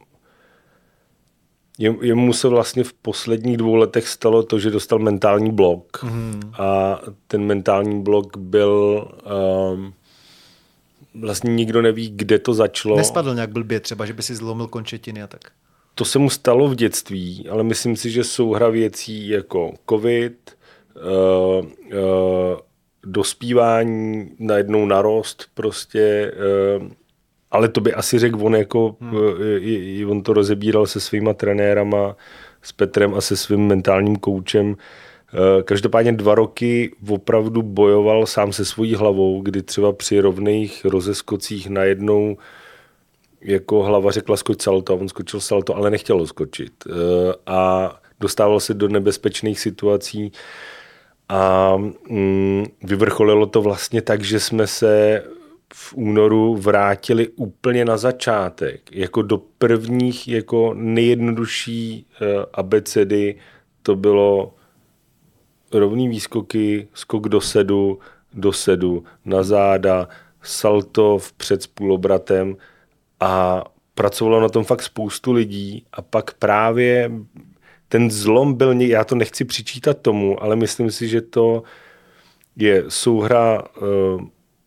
Jemu se vlastně v posledních dvou letech stalo to, že dostal mentální blok. Mm. A ten mentální blok byl... Um, vlastně nikdo neví, kde to začalo. Nespadl nějak blbě třeba, že by si zlomil končetiny a tak? To se mu stalo v dětství, ale myslím si, že souhra věcí jako covid, uh, uh, dospívání, najednou narost prostě... Uh, ale to by asi řekl on, jako, hmm. on to rozebíral se svýma trenérama, s Petrem a se svým mentálním koučem. Každopádně dva roky opravdu bojoval sám se svojí hlavou, kdy třeba při rovných rozeskocích najednou jako hlava řekla skoč salto, on skočil salto, ale nechtěl skočit. A dostával se do nebezpečných situací a mm, vyvrcholilo to vlastně tak, že jsme se v únoru vrátili úplně na začátek, jako do prvních, jako nejjednodušší abecedy, to bylo rovný výskoky, skok do sedu, do sedu, na záda, salto vpřed s půlobratem a pracovalo na tom fakt spoustu lidí a pak právě ten zlom byl, já to nechci přičítat tomu, ale myslím si, že to je souhra uh,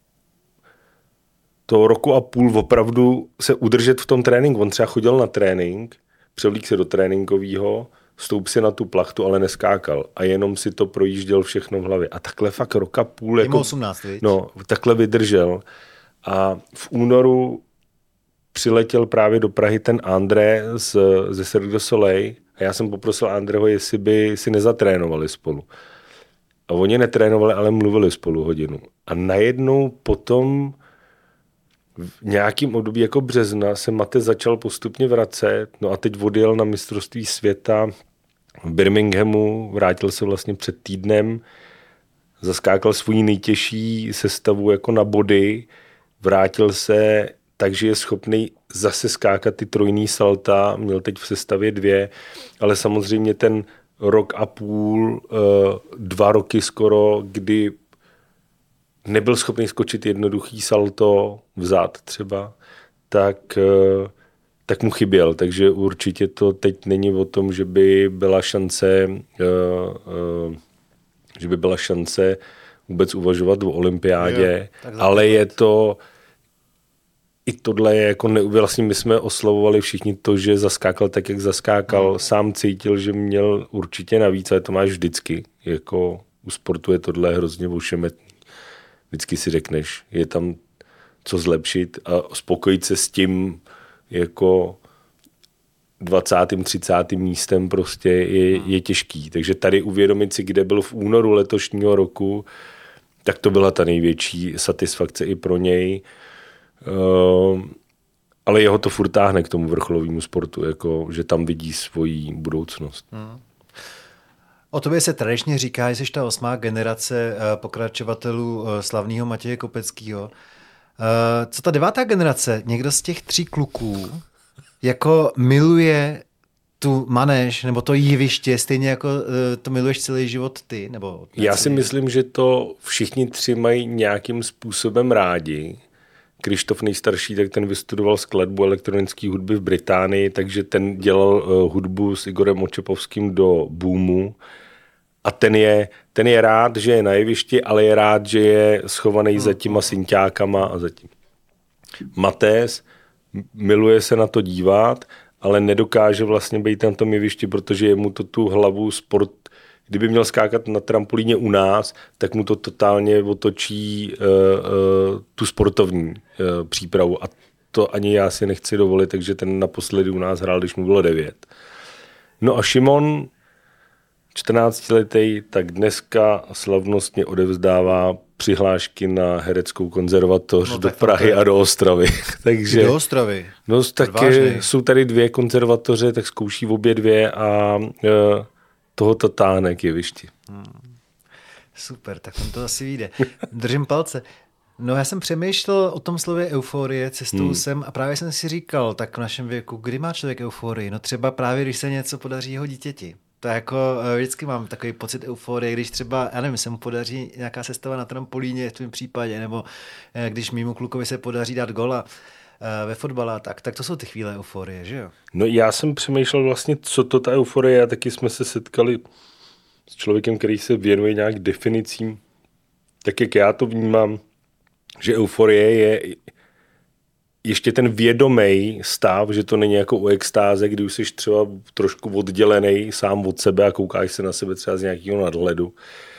toho roku a půl opravdu se udržet v tom tréninku. On třeba chodil na trénink, převlík se do tréninkového, stoup si na tu plachtu, ale neskákal a jenom si to projížděl všechno v hlavě. A takhle fakt roka půl jako, osmnáct, no, takhle vydržel. A v únoru přiletěl právě do Prahy ten André z, ze Cirque du Soleil a já jsem poprosil Andreho, jestli by si nezatrénovali spolu. A oni netrénovali, ale mluvili spolu hodinu. A najednou potom v nějakým období jako března se Mate začal postupně vracet, no a teď odjel na mistrovství světa v Birminghamu, vrátil se vlastně před týdnem, zaskákal svůj nejtěžší sestavu jako na body, vrátil se, takže je schopný zase skákat ty trojný salta, měl teď v sestavě dvě, ale samozřejmě ten rok a půl, dva roky skoro, kdy nebyl schopný skočit jednoduchý salto vzad třeba, tak, tak mu chyběl. Takže určitě to teď není o tom, že by byla šance, že by byla šance vůbec uvažovat o olympiádě, jo, ale je to i tohle je jako ne, vlastně my jsme oslavovali všichni to, že zaskákal tak, jak zaskákal. Hmm. Sám cítil, že měl určitě navíc, ale to máš vždycky. Jako u sportu je tohle hrozně ošemetný. Vždycky si řekneš, je tam co zlepšit a spokojit se s tím jako dvacátým třicátým místem prostě je, je těžký. Takže tady uvědomit si, kde byl v únoru letošního roku, tak to byla ta největší satisfakce i pro něj. Uh, ale jeho to furt táhne k tomu vrcholovému sportu, jako, že tam vidí svoji budoucnost. Hmm. O tobě se tradičně říká, že jsi ta osmá generace pokračovatelů slavného Matěje Kopeckého. Co ta devátá generace? Někdo z těch tří kluků jako miluje tu manéž nebo to jeviště, stejně jako to miluješ celý život ty? Nebo Já si myslím, že to všichni tři mají nějakým způsobem rádi. Krištof nejstarší, tak ten vystudoval skladbu elektronické hudby v Británii, takže ten dělal uh, hudbu s Igorem Očepovským do Boomu a ten je, ten je rád, že je na jevišti, ale je rád, že je schovaný hmm. za těma synťákama a za tím. Matés miluje se na to dívat, ale nedokáže vlastně být na tom jevišti, protože je mu to tu hlavu sport. Kdyby měl skákat na trampolíně u nás, tak mu to totálně otočí uh, uh, tu sportovní uh, přípravu. A to ani já si nechci dovolit, takže ten naposledy u nás hrál, když mu bylo devět. No a Šimon, čtrnáctiletý, tak dneska slavnostně odevzdává přihlášky na hereckou konzervatoř no, do Prahy je... a do Ostravy. takže, do Ostravy? No tak jsou tady dvě konzervatoře, tak zkouší obě dvě a... Uh, toho to táhne k jevišti. Hmm. Super, tak on to asi vyjde. Držím palce. No já jsem přemýšlel o tom slově euforie cestou hmm. sem a právě jsem si říkal, tak v našem věku, kdy má člověk euforii? No třeba právě, když se něco podaří jeho dítěti. To jako vždycky mám takový pocit euforie, když třeba, já nevím, se mu podaří nějaká sestava na trampolíně v tvém případě, nebo když mému klukovi se podaří dát gola ve fotbale, tak, tak to jsou ty chvíle euforie, že jo? No já jsem přemýšlel vlastně, co to ta euforie, a taky jsme se setkali s člověkem, který se věnuje nějak definicím, tak jak já to vnímám, že euforie je ještě ten vědomý stav, že to není jako u extáze, kdy už jsi třeba trošku oddělený sám od sebe a koukáš se na sebe třeba z nějakého nadhledu.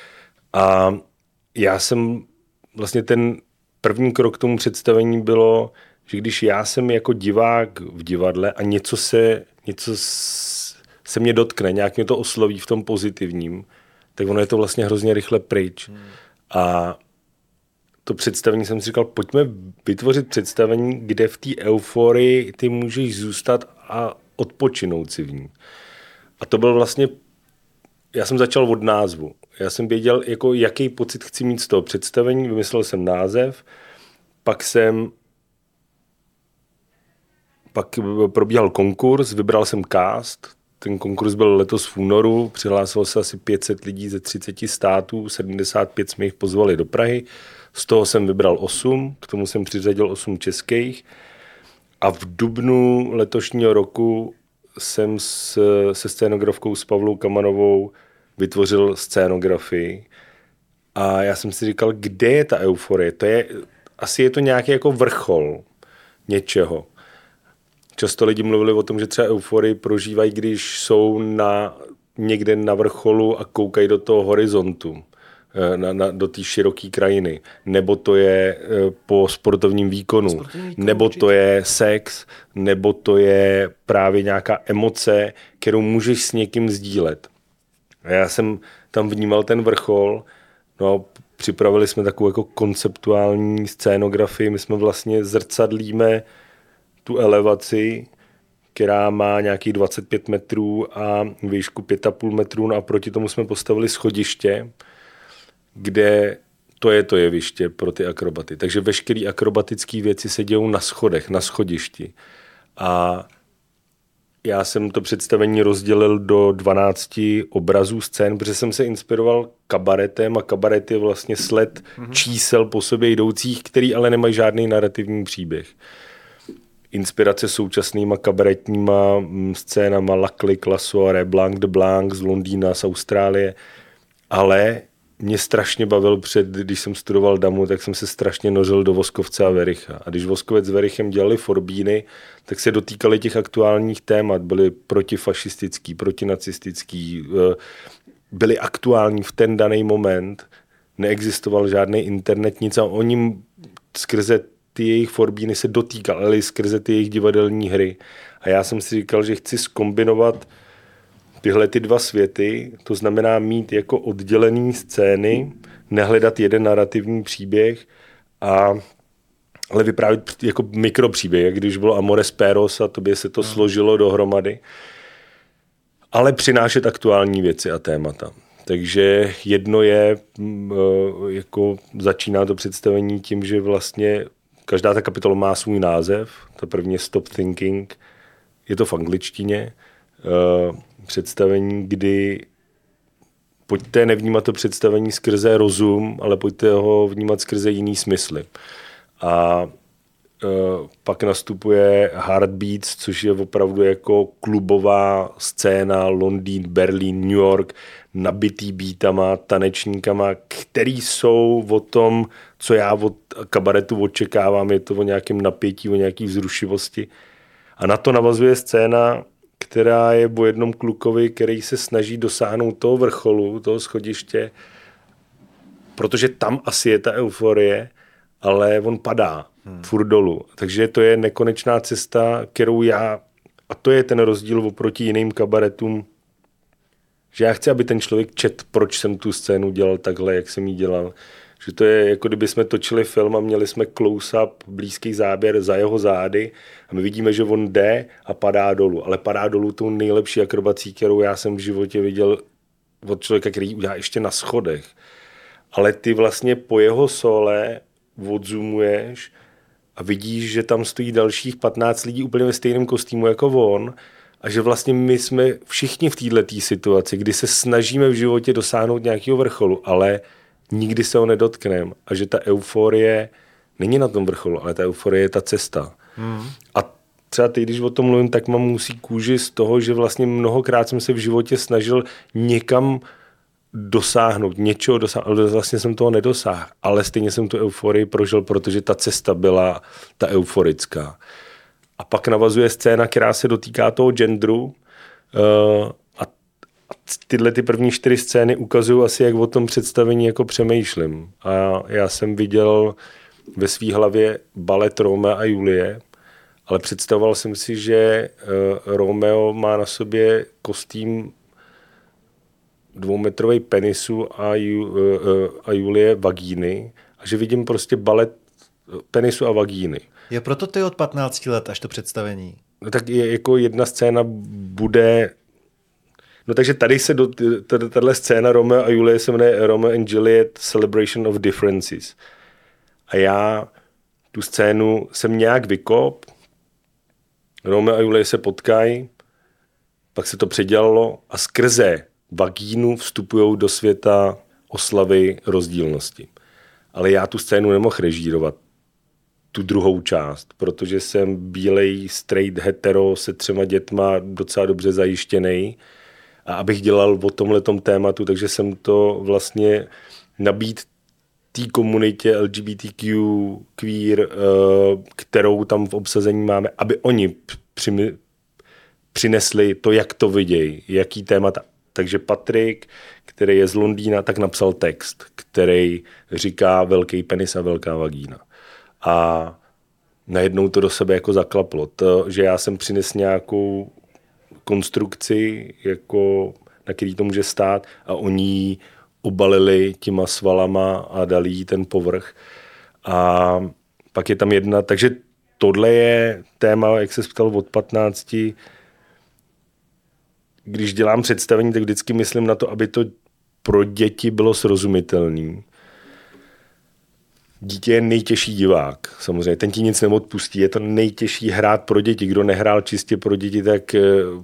A já jsem vlastně ten první krok k tomu představení bylo, že když já jsem jako divák v divadle a něco se, něco se mě dotkne, nějak mě to osloví v tom pozitivním, tak ono je to vlastně hrozně rychle pryč. Hmm. A to představení jsem si říkal, pojďme vytvořit představení, kde v té euforii ty můžeš zůstat a odpočinout si v ní. A to byl vlastně, já jsem začal od názvu. Já jsem věděl, jako, jaký pocit chci mít z toho představení, vymyslel jsem název, pak jsem pak probíhal konkurs, vybral jsem cast, ten konkurs byl letos v únoru, přihlásilo se asi pět set lidí ze třiceti států, sedmdesát pět jsme jich pozvali do Prahy, z toho jsem vybral osm, k tomu jsem přiřadil osm českých a v dubnu letošního roku jsem s, se scénografkou s Pavlou Kamanovou vytvořil scénografii a já jsem si říkal, kde je ta euforie? To je, asi je to nějaký jako vrchol něčeho. Často lidi mluvili o tom, že třeba euforii prožívají, když jsou na, někde na vrcholu a koukají do toho horizontu, na, na, do té široké krajiny. Nebo to je po sportovním výkonu, sportovní výkon, nebo určitě. To je sex, nebo to je právě nějaká emoce, kterou můžeš s někým sdílet. A já jsem tam vnímal ten vrchol, no a připravili jsme takovou jako konceptuální scénografii, my jsme vlastně zrcadlíme tu elevaci, která má nějakých dvacet pět metrů a výšku pět a půl metrů, no a proti tomu jsme postavili schodiště, kde to je to jeviště pro ty akrobaty. Takže veškeré akrobatické věci se dějou na schodech, na schodišti. A já jsem to představení rozdělil do dvanácti obrazů scén, protože jsem se inspiroval kabaretem a kabaret je vlastně sled mm-hmm. čísel po sobě jdoucích, který ale nemají žádný narrativní příběh. Inspirace současnýma kabaretníma scénama Laclique, La Soirée, Blanc de Blanc z Londýna, z Austrálie, ale mě strašně bavil před, když jsem studoval Damu, tak jsem se strašně nořil do Voskovce a Vericha. A když Voskovec s Verichem dělali forbíny, tak se dotýkali těch aktuálních témat. Byli protifašistický, protinacistický, byli aktuální v ten daný moment. Neexistoval žádný internet, nic a oni skrze ty jejich forbíny se dotýkali, skrze ty jejich divadelní hry. A já jsem si říkal, že chci zkombinovat tyhle ty dva světy, to znamená mít jako oddělený scény, nehledat jeden narrativní příběh, a, ale vyprávět jako mikropříběh, jak když bylo Amores Perros a tobě se to no. složilo dohromady, ale přinášet aktuální věci a témata. Takže jedno je, jako začíná to představení tím, že vlastně každá ta kapitola má svůj název, ta první je Stop Thinking, je to v angličtině, představení, kdy pojďte nevnímat to představení skrze rozum, ale pojďte ho vnímat skrze jiný smysly. A uh, pak nastupuje Heartbeats, což je opravdu jako klubová scéna, Londýn, Berlín, New York, nabitý beatama, tanečníkama, který jsou o tom, co já od kabaretu očekávám, je to o nějakém napětí, o nějaké vzrušivosti. A na to navazuje scéna, která je o jednom klukovi, který se snaží dosáhnout toho vrcholu, toho schodiště, protože tam asi je ta euforie, ale on padá hmm. furt dolů. Takže to je nekonečná cesta, kterou já, a to je ten rozdíl oproti jiným kabaretům, že já chci, aby ten člověk čet, proč jsem tu scénu dělal takhle, jak jsem ji dělal. Že to je, jako kdyby jsme točili film a měli jsme close-up, blízký záběr za jeho zády a my vidíme, že on jde a padá dolů. Ale padá dolů tou nejlepší akrobací, kterou já jsem v životě viděl od člověka, který ji udělá ještě na schodech. Ale ty vlastně po jeho sole odzoomuješ a vidíš, že tam stojí dalších patnáct lidí úplně ve stejném kostýmu jako on a že vlastně my jsme všichni v této situaci, kdy se snažíme v životě dosáhnout nějakého vrcholu, ale nikdy se ho nedotkneme a že ta euforie není na tom vrcholu, ale ta euforie je ta cesta. Hmm. A třeba teď, když o tom mluvím, tak mám musí kůži z toho, že vlastně mnohokrát jsem se v životě snažil někam dosáhnout, něčeho dosáhnout, ale vlastně jsem toho nedosáhl, ale stejně jsem tu euforii prožil, protože ta cesta byla ta euforická. A pak navazuje scéna, která se dotýká toho genderu, uh, tyhle ty první čtyři scény ukazují asi, jak o tom představení jako přemýšlím. A já jsem viděl ve svý hlavě balet Rómea a Julie, ale představoval jsem si, že uh, Romeo má na sobě kostým dvoumetrovej penisu a, Ju, uh, a Julie vagíny a že vidím prostě balet penisu a vagíny. Je proto ty od patnácti let až to představení? No tak je, jako jedna scéna bude... No takže tady se do... Tato scéna Romeo a Julie se jmenuje Romeo and Juliet Celebration of Differences. A já tu scénu jsem nějak vykop, Romeo a Julie se potkají, pak se to předělalo a skrze vagínu vstupují do světa oslavy rozdílnosti. Ale já tu scénu nemohl režírovat, tu druhou část, protože jsem bílej, straight, hetero se třema dětma docela dobře zajištěnej a abych dělal o tomhletom tématu, takže jsem to vlastně nabít té komunitě L G B T Q, queer, kterou tam v obsazení máme, aby oni při, přinesli to, jak to vidějí, jaký témata. Takže Patrik, který je z Londýna, tak napsal text, který říká velký penis a velká vagína. A najednou to do sebe jako zaklaplo. To, že já jsem přines nějakou konstrukci, jako, na který to může stát a oni ji obalili těma svalama a dali jí ten povrch. A pak je tam jedna, takže tohle je téma, jak se ptal od patnácti. Když dělám představení, tak vždycky myslím na to, aby to pro děti bylo srozumitelné. Dítě je nejtěžší divák, samozřejmě, ten ti nic neodpustí, je to nejtěžší hrát pro děti. Kdo nehrál čistě pro děti, tak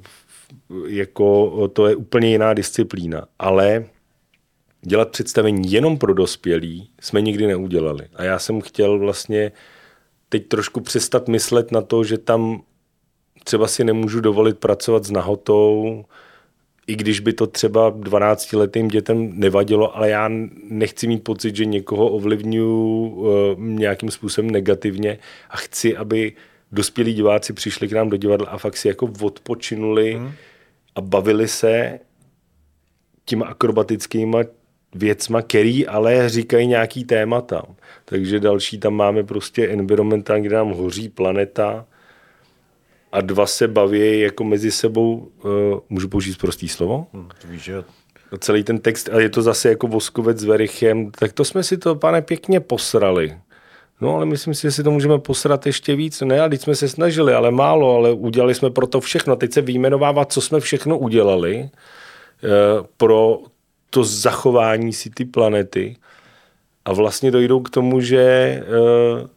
jako to je úplně jiná disciplína. Ale dělat představení jenom pro dospělí jsme nikdy neudělali. A já jsem chtěl vlastně teď trošku přestat myslet na to, že tam třeba si nemůžu dovolit pracovat s nahotou, i když by to třeba dvanáctiletým dětem nevadilo, ale já nechci mít pocit, že někoho ovlivňuji uh, nějakým způsobem negativně a chci, aby dospělí diváci přišli k nám do divadla a fakt si jako odpočinuli hmm. a bavili se těma akrobatickýma věcma, který ale říkají nějaký témata. Takže další tam máme prostě environmentální, kde nám hoří planeta a dva se baví jako mezi sebou, uh, můžu použít prostý slovo? Hmm, víš, že? Celý ten text, a je to zase jako Voskovec s Verichem, tak to jsme si to, pane, pěkně posrali. No, ale myslím si, že si to můžeme posrat ještě víc. Ne, a teď jsme se snažili, ale málo, ale udělali jsme pro to všechno. Teď se vyjmenovává, co jsme všechno udělali uh, pro to zachování si ty planety. A vlastně dojdou k tomu, že uh,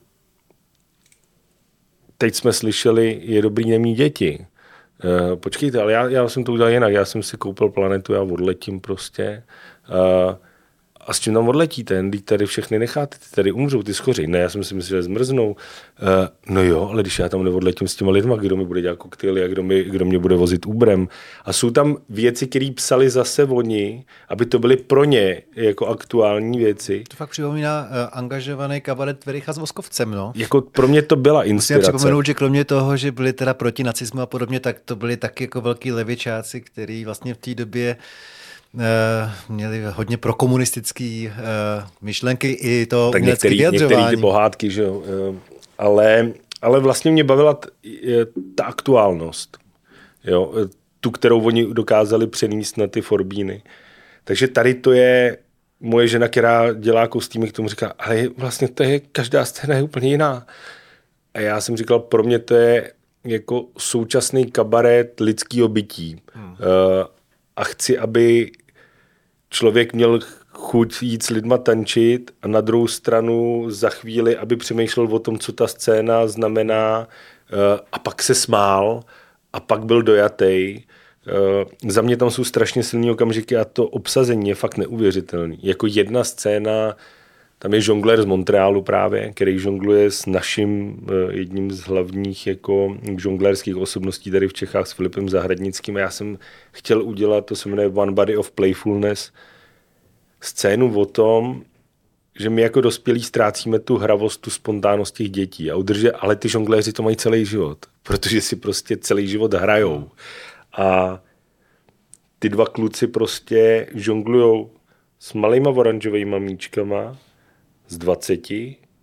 teď jsme slyšeli, je dobrý nemít děti. Uh, počkejte, ale já, já jsem to udělal jinak. Já jsem si koupil planetu, já odletím prostě. Uh, a s čím tam odletíte? Teď tady všechny necháte, ty tady umřou, ty schoří. Ne, já jsem si myslel, že zmrznou. Uh, no jo, ale když já tam neodletím s těma lidma, kdo mi bude dělat koktejly a kdo, mi, kdo mě bude vozit Uberem. A jsou tam věci, které psali zase oni, aby to byly pro ně jako aktuální věci. To fakt připomíná uh, angažovaný kabaret Vericha s Voskovcem, no. Jako pro mě to byla inspirace. Musím připomenout, že kromě toho, že byli teda proti nacismu a podobně, tak to byli taky jako velký levičáci, který vlastně v té době Uh, měli hodně prokomunistický uh, myšlenky i to tak některý, některý ty pohádky, že jo. Uh, ale, ale vlastně mě bavila t, je, ta aktuálnost, jo, tu, kterou oni dokázali přenést na ty forbíny. Takže tady to je moje žena, která dělá kostýmy, k tomu říká, ale vlastně to je, každá scéna je úplně jiná. A já jsem říkal, pro mě to je jako současný kabaret lidského bytí. Hmm. Uh, a chci, aby člověk měl chuť jít s lidma tančit a na druhou stranu za chvíli, aby přemýšlel o tom, co ta scéna znamená a pak se smál a pak byl dojatej. Za mě tam jsou strašně silný okamžiky a to obsazení je fakt neuvěřitelný. Jako jedna scéna, tam je žonglér z Montrealu právě, který žongluje s naším jedním z hlavních jako žonglérských osobností tady v Čechách s Filipem Zahradnickým. A já jsem chtěl udělat, to se jmenuje One Body of Playfulness, scénu o tom, že my jako dospělí ztrácíme tu hravost, tu spontánnost těch dětí a udrže, ale ty žongléři to mají celý život, protože si prostě celý život hrajou. A ty dva kluci prostě žonglujou s malýma oranžovými míčkama z dvaceti,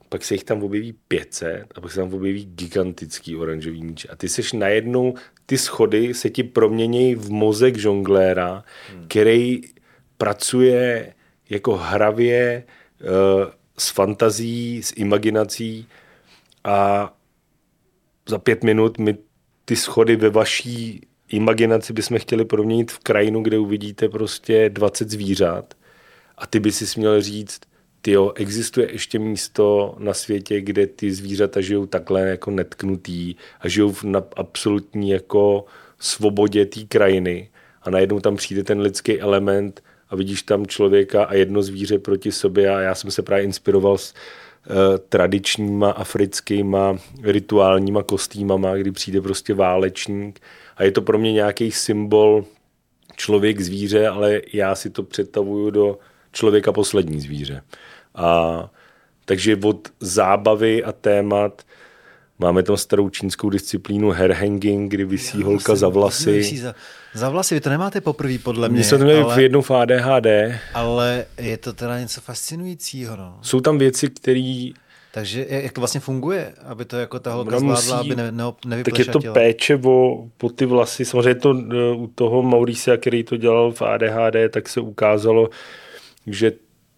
pak se jich tam objeví pět set a pak se tam objeví gigantický oranžový míče. A ty seš najednou, ty schody se ti proměnějí v mozek žongléra, hmm. který pracuje jako hravě uh, s fantazí, s imaginací a za pět minut my ty schody ve vaší imaginaci bychom chtěli proměnit v krajinu, kde uvidíte prostě dvacet zvířat a ty by si měl říct, tyjo, existuje ještě místo na světě, kde ty zvířata žijou takhle jako netknutý a žijou na absolutní jako svobodě té krajiny a najednou tam přijde ten lidský element a vidíš tam člověka a jedno zvíře proti sobě a já jsem se právě inspiroval s uh, tradičníma africkýma rituálníma kostýmama, kdy přijde prostě válečník a je to pro mě nějaký symbol člověk zvíře, ale já si to představuju do člověka poslední zvíře. A takže od zábavy a témat máme tam starou čínskou disciplínu hair hanging, kdy visí holka za vlasy. Za, za vlasy, vy to nemáte poprvé podle mě. My jsme to měli v jednou v A D H D. Ale je to teda něco fascinujícího. No. Jsou tam věci, které... Takže jak to vlastně funguje, aby to jako ta holka zvládla, aby ne, ne, nevyplešatila? Tak je to péče o, po ty vlasy. Samozřejmě to u toho Mauricia, který to dělal v A D H D, tak se ukázalo, že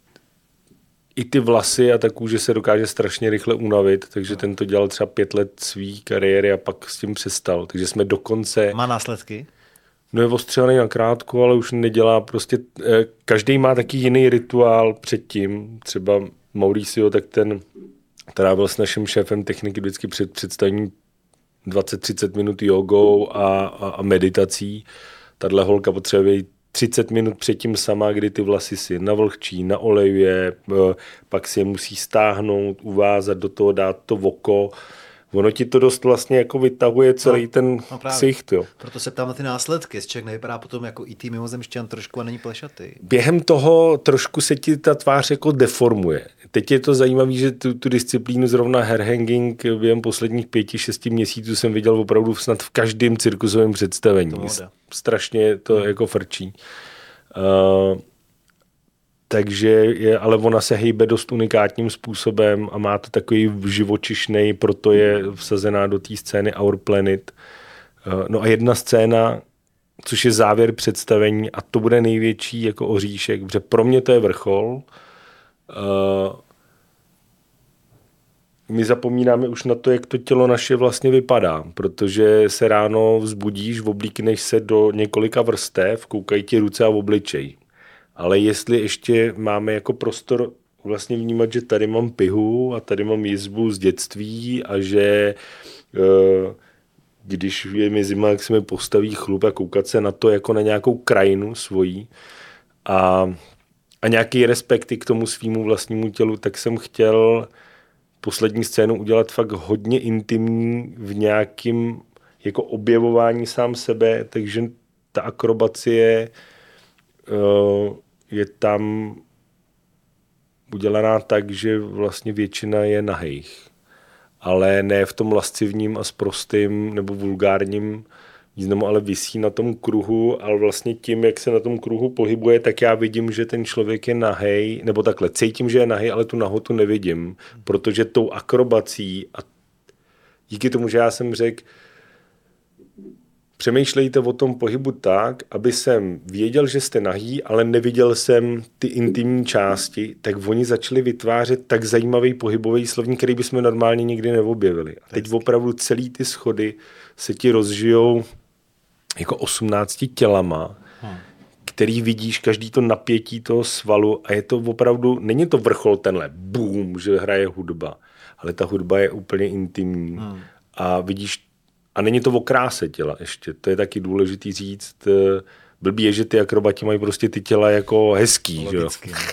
i ty vlasy a ta kůže se dokáže strašně rychle unavit, takže ten to dělal třeba pět let svý kariéry a pak s tím přestal. Takže jsme dokonce... Má následky? No je ostřelený na krátko, ale už nedělá prostě... Každý má taky jiný rituál předtím. Třeba Mauricio, tak ten trávil s naším šéfem techniky vždycky před představením dvacet třicet minut jogou a, a, a meditací. Tahle holka potřebuje třicet minut předtím sama, kdy ty vlasy si navlhčí, naolejuje, pak si je musí stáhnout, uvázat, do toho dát to oko. Ono ti to dost vlastně jako vytahuje celý no, ten no ksicht. Jo. Proto se ptám na ty následky. Člověk nevypadá potom jako í té mimozemšťan trošku a není plešatý. Během toho trošku se ti ta tvář jako deformuje. Teď je to zajímavé, že tu, tu disciplínu zrovna hair hanging během posledních pěti, šesti měsíců jsem viděl opravdu snad v každém cirkusovém představení. To strašně to hmm. jako frčí. Uh, takže je, ale ona se hejbe dost unikátním způsobem a má to takový živočišnej, proto je vsazená do té scény Our Planet. Uh, no a jedna scéna, což je závěr představení a to bude největší jako oříšek, protože pro mě to je vrchol. Uh, my zapomínáme už na to, jak to tělo naše vlastně vypadá, protože se ráno vzbudíš, oblíkneš se do několika vrstev, koukají ti ruce a obličej. Ale jestli ještě máme jako prostor vlastně vnímat, že tady mám pihu a tady mám jizbu z dětství a že uh, když je mi zima, jak se mi postaví chlup a koukat se na to jako na nějakou krajinu svojí a a nějaký respekt k tomu svýmu vlastnímu tělu, tak jsem chtěl poslední scénu udělat fakt hodně intimní v nějakým jako objevování sám sebe, takže ta akrobacie uh, je tam udělaná tak, že vlastně většina je nahejch. Ale ne v tom lascivním a sprostým nebo vulgárním významu, ale visí na tom kruhu, ale vlastně tím, jak se na tom kruhu pohybuje, tak já vidím, že ten člověk je nahej, nebo takhle, cítím, že je nahej, ale tu nahotu nevidím, protože tou akrobací a díky tomu, že já jsem řekl, přemýšlejte o tom pohybu tak, aby jsem věděl, že jste nahý, ale neviděl jsem ty intimní části, tak oni začali vytvářet tak zajímavý pohybový slovník, který bychom normálně nikdy neobjevili. A teď opravdu celý ty schody se ti rozžijou jako osmnácti tělama, hmm. který vidíš, každý to napětí toho svalu a je to opravdu, není to vrchol tenhle boom, že hraje hudba, ale ta hudba je úplně intimní hmm. a vidíš, a není to o kráse těla ještě, to je taky důležitý říct, blbý je, že ty akrobati mají prostě ty těla jako hezký, že jo.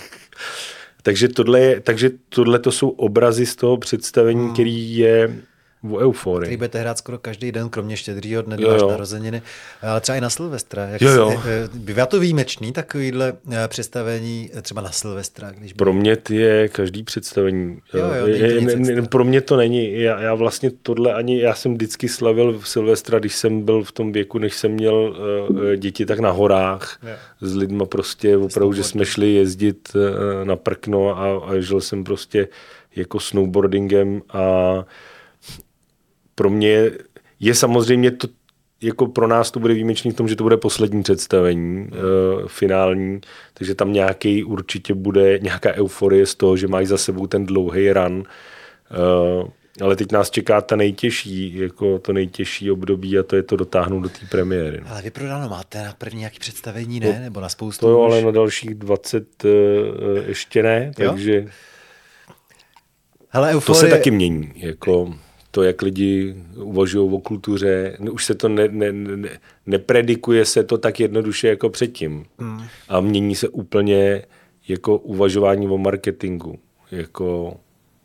takže, tohle je, takže tohle to jsou obrazy z toho představení, hmm. který je v euforii. Který budete hrát skoro každý den, kromě štědrýho dne, do až narozeniny, ale třeba i na Silvestra. Jak jo, jo. Se, bývá to výjimečný, takovýhle představení třeba na Silvestra? Když pro mě je každý představení. Jo, jo, je, ne, ne, pro mě to není. Já, já vlastně tohle ani, já jsem vždycky slavil v Silvestra, když jsem byl v tom věku, než jsem měl uh, děti, tak na horách jo. s lidma prostě opravdu, že jsme šli jezdit uh, na prkno a, a žil jsem prostě jako snowboardingem a pro mě je samozřejmě to, jako pro nás to bude výjimečný v tom, že to bude poslední představení, mm. uh, finální, takže tam nějaký určitě bude nějaká euforie z toho, že máš za sebou ten dlouhý run, uh, ale teď nás čeká ta nejtěžší, jako to nejtěžší období a to je to dotáhnout do té premiéry. Ale vyprodáno máte na první nějaké představení, ne? No, nebo na spoustu? To jo, už? ale na dalších dvacet uh, ještě ne, jo? takže hele, euforie... to se taky mění, jako to, jak lidi uvažují o kultuře, už se to ne, ne, ne, nepredikuje se to tak jednoduše jako předtím. Hmm. A mění se úplně jako uvažování o marketingu. Jako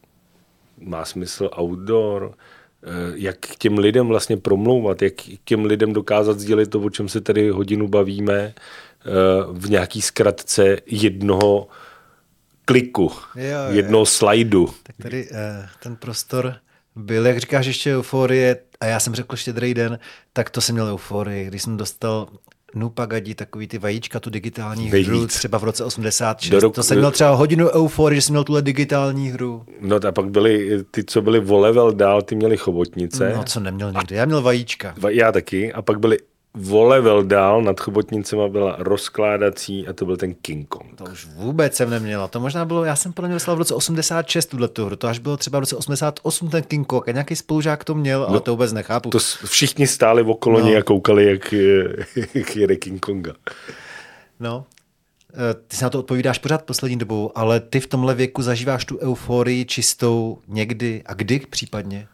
má smysl outdoor, jak k těm lidem vlastně promlouvat, jak k těm lidem dokázat sdělit to, o čem se tady hodinu bavíme, v nějaký zkratce jednoho kliku, jo, jo, jednoho slajdu. Tak tady ten prostor byl, jak říkáš, ještě euforie, a já jsem řekl Štědrý den, tak to jsem měl euforii, když jsem dostal Nupagadi, takový ty vajíčka, tu digitální Vejít. hru, třeba v roce osmdesát šest. Roku, to jsem měl třeba hodinu euforii, že jsem měl tuhle digitální hru. No a pak byly ty, co byly o level dál, ty měli chobotnice. No, co neměl nikdy, já měl vajíčka. Já taky, a pak byly o level dál nad chobotnicema byla rozkládací a to byl ten King Kong. To už vůbec jsem neměla. To možná bylo, já jsem podle mě dostal v roce osmdesát šest tuto hru, to až bylo třeba v roce osmdesát osm ten King Kong a nějaký spolužák to měl, ale no, to vůbec nechápu. To všichni stáli okolo no. něj a koukali, jak, jak jede King Konga. No, ty se na to odpovídáš pořád poslední dobou, ale ty v tomhle věku zažíváš tu euforii čistou někdy a kdy případně?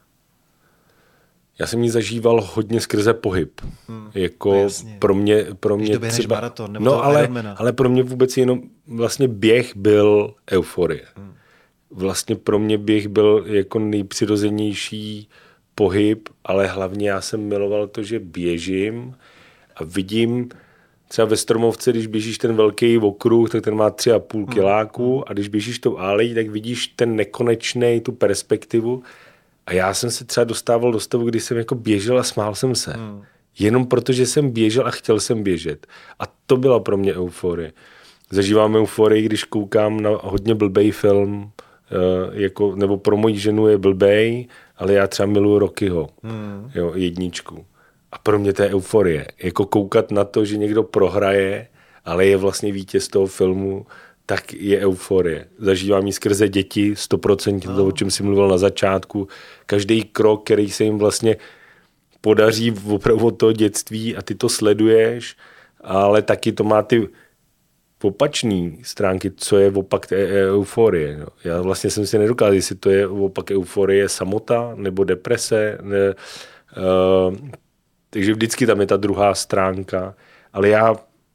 Já jsem ji zažíval hodně skrze pohyb. Hmm, jako pro mě, pro mě třeba... maraton, nebo no, ale, ale pro mě vůbec jenom vlastně běh byl euforie. Hmm. Vlastně pro mě běh byl jako nejpřirozenější pohyb, ale hlavně já jsem miloval to, že běžím a vidím třeba ve Stromovce, když běžíš ten velký okruh, tak ten má tři a půl kiláku a když běžíš tou álejí, tak vidíš ten nekonečný, tu perspektivu. A já jsem se třeba dostával do stavu, kdy jsem jako běžel a smál jsem se. Hmm. Jenom protože jsem běžel a chtěl jsem běžet. A to byla pro mě euforie. Zažívám euforii, když koukám na hodně blbej film, jako, nebo pro moji ženu je blbej, ale já třeba miluji Rockyho, hmm. jo, jedničku. A pro mě to je euforie. Jako koukat na to, že někdo prohraje, ale je vlastně vítěz toho filmu, tak je euforie. Zažívám ji skrze děti, sto procent no. to, o čem jsi mluvil na začátku. Každý krok, který se jim vlastně podaří opravdu od toho dětství a ty to sleduješ, ale taky to má ty opačné stránky, co je opak té euforie. No. Já vlastně jsem si nedokázal, jestli to je opak euforie samota nebo deprese. Ne, uh, takže vždycky tam je ta druhá stránka. Ale já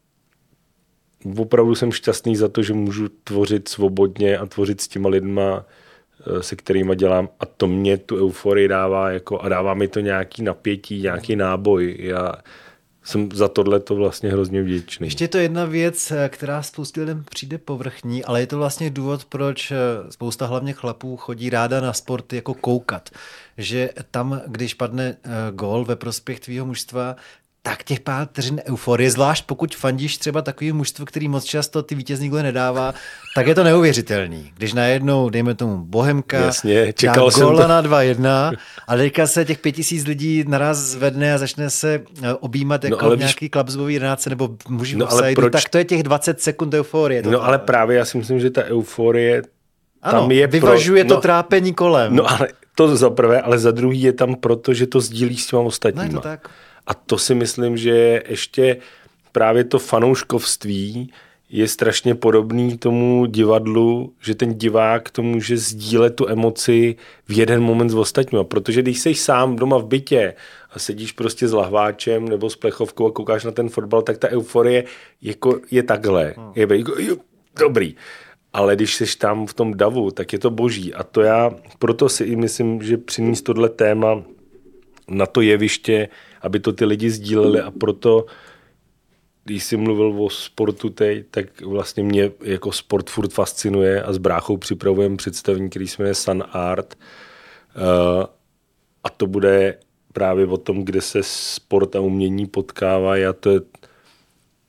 opravdu jsem šťastný za to, že můžu tvořit svobodně a tvořit s těma lidma, se kterýma dělám. A to mě tu euforii dává jako, a dává mi to nějaký napětí, nějaký náboj. Já jsem za tohle to vlastně hrozně vděčný. Ještě je to jedna věc, která spoustě lidem přijde povrchní, ale je to vlastně důvod, proč spousta hlavně chlapů chodí ráda na sport jako koukat. Že tam, když padne gól ve prospěch tvýho mužstva, tak těch pár vteřin euforie, zvlášť pokud fandíš třeba takový mužstvo, který moc často ty vítěz nikdo nedává, tak je to neuvěřitelný. Když najednou, dejme tomu Bohemka, jasně, čekal dá góla na dva jedna a teďka se těch pět tisíc lidí naraz zvedne a začne se objímat jako no, nějaký když... klapzbový jedenáct nebo muži no, offsideu, proč... tak to je těch dvacet sekund euforie. No ale právě já si myslím, že ta euforie ano, tam je vyvažuje pro... to no, trápení kolem. No ale to za prvé, ale za druhý je tam proto, že to sdílíš s těma ostatníma. No je to tak. A to si myslím, že je ještě právě to fanouškovství je strašně podobný tomu divadlu, že ten divák to může sdílet tu emoci v jeden moment s ostatníma. Protože když jsi sám doma v bytě a sedíš prostě s lahváčem nebo s plechovkou a koukáš na ten fotbal, tak ta euforie jako je takhle. Hmm. Je jako, jo, dobrý. Ale když jsi tam v tom davu, tak je to boží. A to já proto si i myslím, že přinést tohle téma na to jeviště, aby to ty lidi sdíleli a proto, když jsi mluvil o sportu teď, tak vlastně mě jako sport furt fascinuje a s bráchou připravujeme představení, který se jmenuje Sun Art uh, a to bude právě o tom, kde se sport a umění potkávají a to je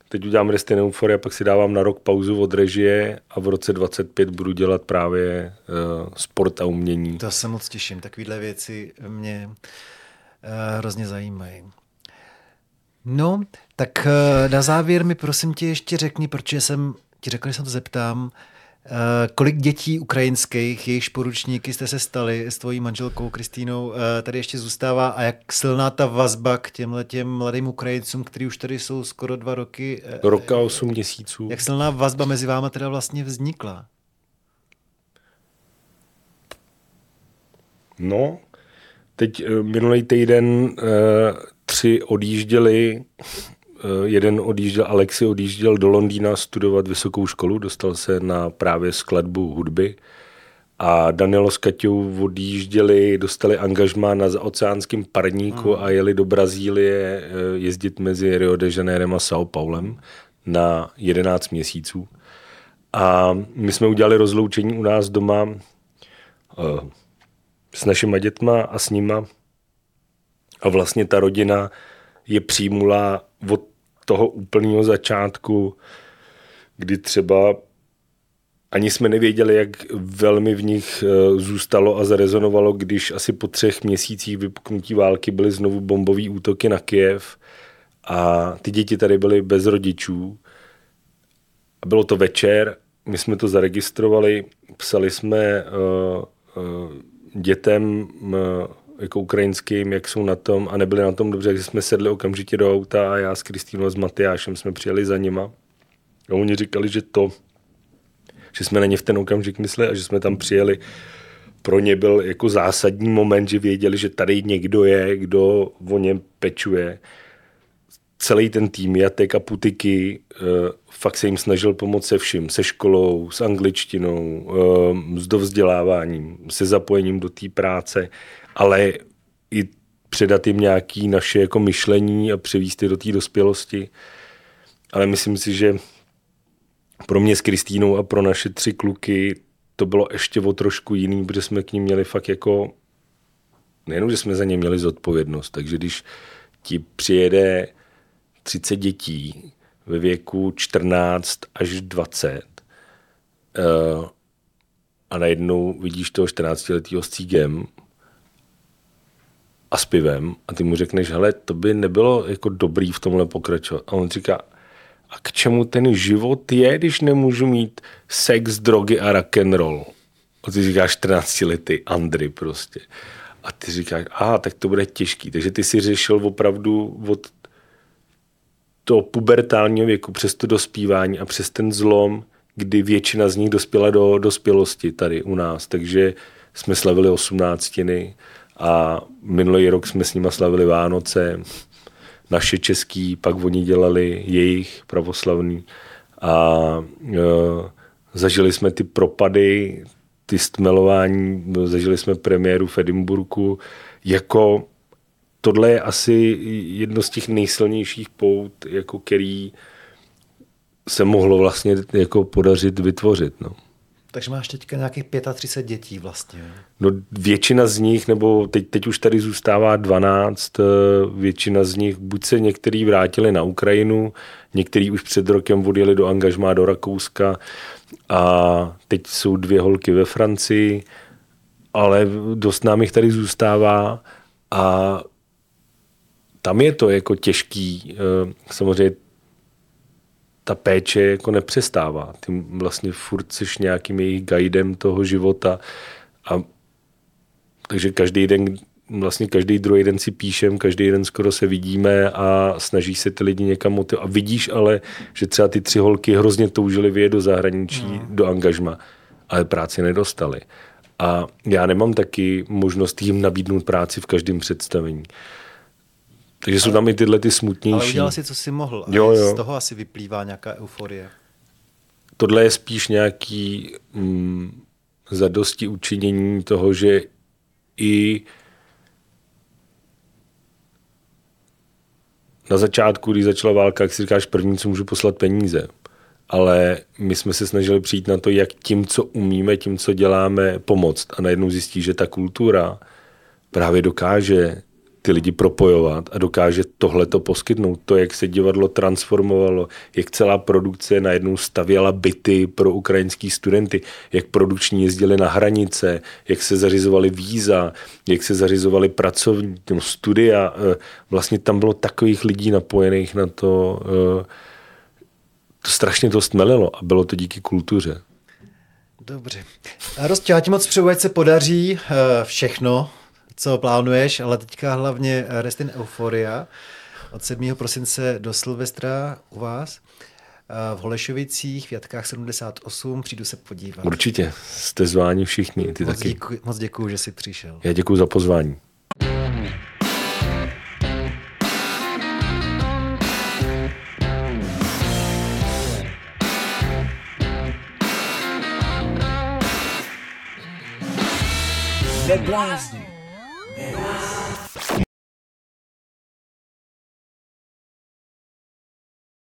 teď udělám Rest in Euphoria, pak si dávám na rok pauzu od režie a v roce dvacet pět budu dělat právě uh, sport a umění. To se moc těším, takovýhle věci mě uh, hrozně zajímají. No, tak uh, na závěr mi prosím tě ještě řekni, protože jsem ti řekl, že se to zeptám, uh, kolik dětí ukrajinských, jejichž poručníky jste se stali s tvojí manželkou Kristýnou, uh, tady ještě zůstává a jak silná ta vazba k těmhletěm mladým Ukrajincům, kteří už tady jsou skoro dva roky. Uh, Roka osm měsíců. Jak silná vazba mezi váma teda vlastně vznikla? No, teď uh, minulý týden uh, tři odjížděli, jeden odjížděl, Alexi odjížděl do Londýna studovat vysokou školu, dostal se na právě skladbu hudby a Danilo s Kaťou odjížděli, dostali angažmá na zaoceánském parníku mm. a jeli do Brazílie jezdit mezi Rio de Janeirem a São Paulem na jedenáct měsíců. A my jsme udělali rozloučení u nás doma uh, s našima dětma a s nima. A vlastně ta rodina je přijmula od toho úplného začátku, kdy třeba ani jsme nevěděli, jak velmi v nich zůstalo a zarezonovalo, když asi po třech měsících vypuknutí války byly znovu bombové útoky na Kyjev a ty děti tady byly bez rodičů. A bylo to večer, my jsme to zaregistrovali, psali jsme uh, uh, dětem uh, jako ukrajinským, jak jsou na tom a nebyli na tom dobře, takže jsme sedli okamžitě do auta a já s Kristýnou a s Matyášem jsme přijeli za nima. A oni říkali, že to, že jsme na ně v ten okamžik mysleli a že jsme tam přijeli. Pro ně byl jako zásadní moment, že věděli, že tady někdo je, kdo o něm pečuje. Celý ten tým, Jatek a Putiky, fakt se jim snažil pomoct se vším, se školou, s angličtinou, s dovzděláváním, se zapojením do té práce, ale i předat jim nějaké naše jako myšlení a převést je do té dospělosti. Ale myslím si, že pro mě s Kristýnou a pro naše tři kluky to bylo ještě o trošku jiný, protože jsme k ním měli fakt jako, nejenom, že jsme za ně měli zodpovědnost, takže když ti přijede třicet dětí ve věku čtrnáct až dvacet uh, a najednou vidíš toho čtrnáctiletého s cígem a s pivem a ty mu řekneš, hele, to by nebylo jako dobrý v tomhle pokračovat. A on říká, a k čemu ten život je, když nemůžu mít sex, drogy a rock'n'roll? A ty říkáš čtrnáctiletý Andry prostě. A ty říkáš, aha, tak to bude těžký. Takže ty si řešil opravdu od toho pubertálního věku přes to dospívání a přes ten zlom, kdy většina z nich dospěla do dospělosti tady u nás. Takže jsme slavili osmnáctiny a minulý rok jsme s nima slavili Vánoce, naše český, pak oni dělali jejich pravoslavný a e, zažili jsme ty propady, ty stmelování, zažili jsme premiéru v Edinburghu. Jako tohle je asi jedno z těch nejsilnějších pout, jako který se mohlo vlastně jako podařit vytvořit. No. Takže máš teďka nějakých třicet pět dětí vlastně. No většina z nich, nebo teď, teď už tady zůstává dvanáct, většina z nich, buď se některý vrátili na Ukrajinu, některý už před rokem odjeli do angažmá do Rakouska a teď jsou dvě holky ve Francii, ale dost nám jich tady zůstává a tam je to jako těžký. Samozřejmě ta péče jako nepřestává. Ty vlastně furt seš nějakým jejich guidem toho života. A takže každý den, vlastně každý druhý den si píšem, každý den skoro se vidíme a snaží se ty lidi někam motivovat. A vidíš ale, že třeba ty tři holky hrozně toužily vyjet do zahraničí, no. do angažma, ale práci nedostali. A já nemám taky možnost jim nabídnout práci v každém představení. Takže jsou tam i tyhle ty smutnější. Ale udělal si, co jsi mohl. A jo, jo. Z toho asi vyplývá nějaká euforie. Tohle je spíš nějaký mm, zadosti učinění toho, že i na začátku, když začala válka, jak si říkáš, první, co můžu poslat peníze. Ale my jsme se snažili přijít na to, jak tím, co umíme, tím, co děláme, pomoct. A najednou zjistí, že ta kultura právě dokáže ty lidi propojovat a dokáže tohleto poskytnout. To, jak se divadlo transformovalo, jak celá produkce najednou stavěla byty pro ukrajinský studenty, jak produkční jezdili na hranice, jak se zařizovaly víza, jak se zařizovaly pracovní no, studia. Vlastně tam bylo takových lidí napojených na to, to strašně to stmelilo a bylo to díky kultuře. Dobře. Rostě, já ti moc přeju, ať se podaří všechno, co plánuješ, ale teďka hlavně Rest in Euphoria od sedmého prosince do Silvestra u vás v Holešovicích v Jatkách sedmdesát osm. Přijdu se podívat. Určitě. Jste zváni všichni. Ty moc, taky. Děkuji, moc děkuju, že jsi přišel. Já děkuju za pozvání. Neblázni. Neblázni.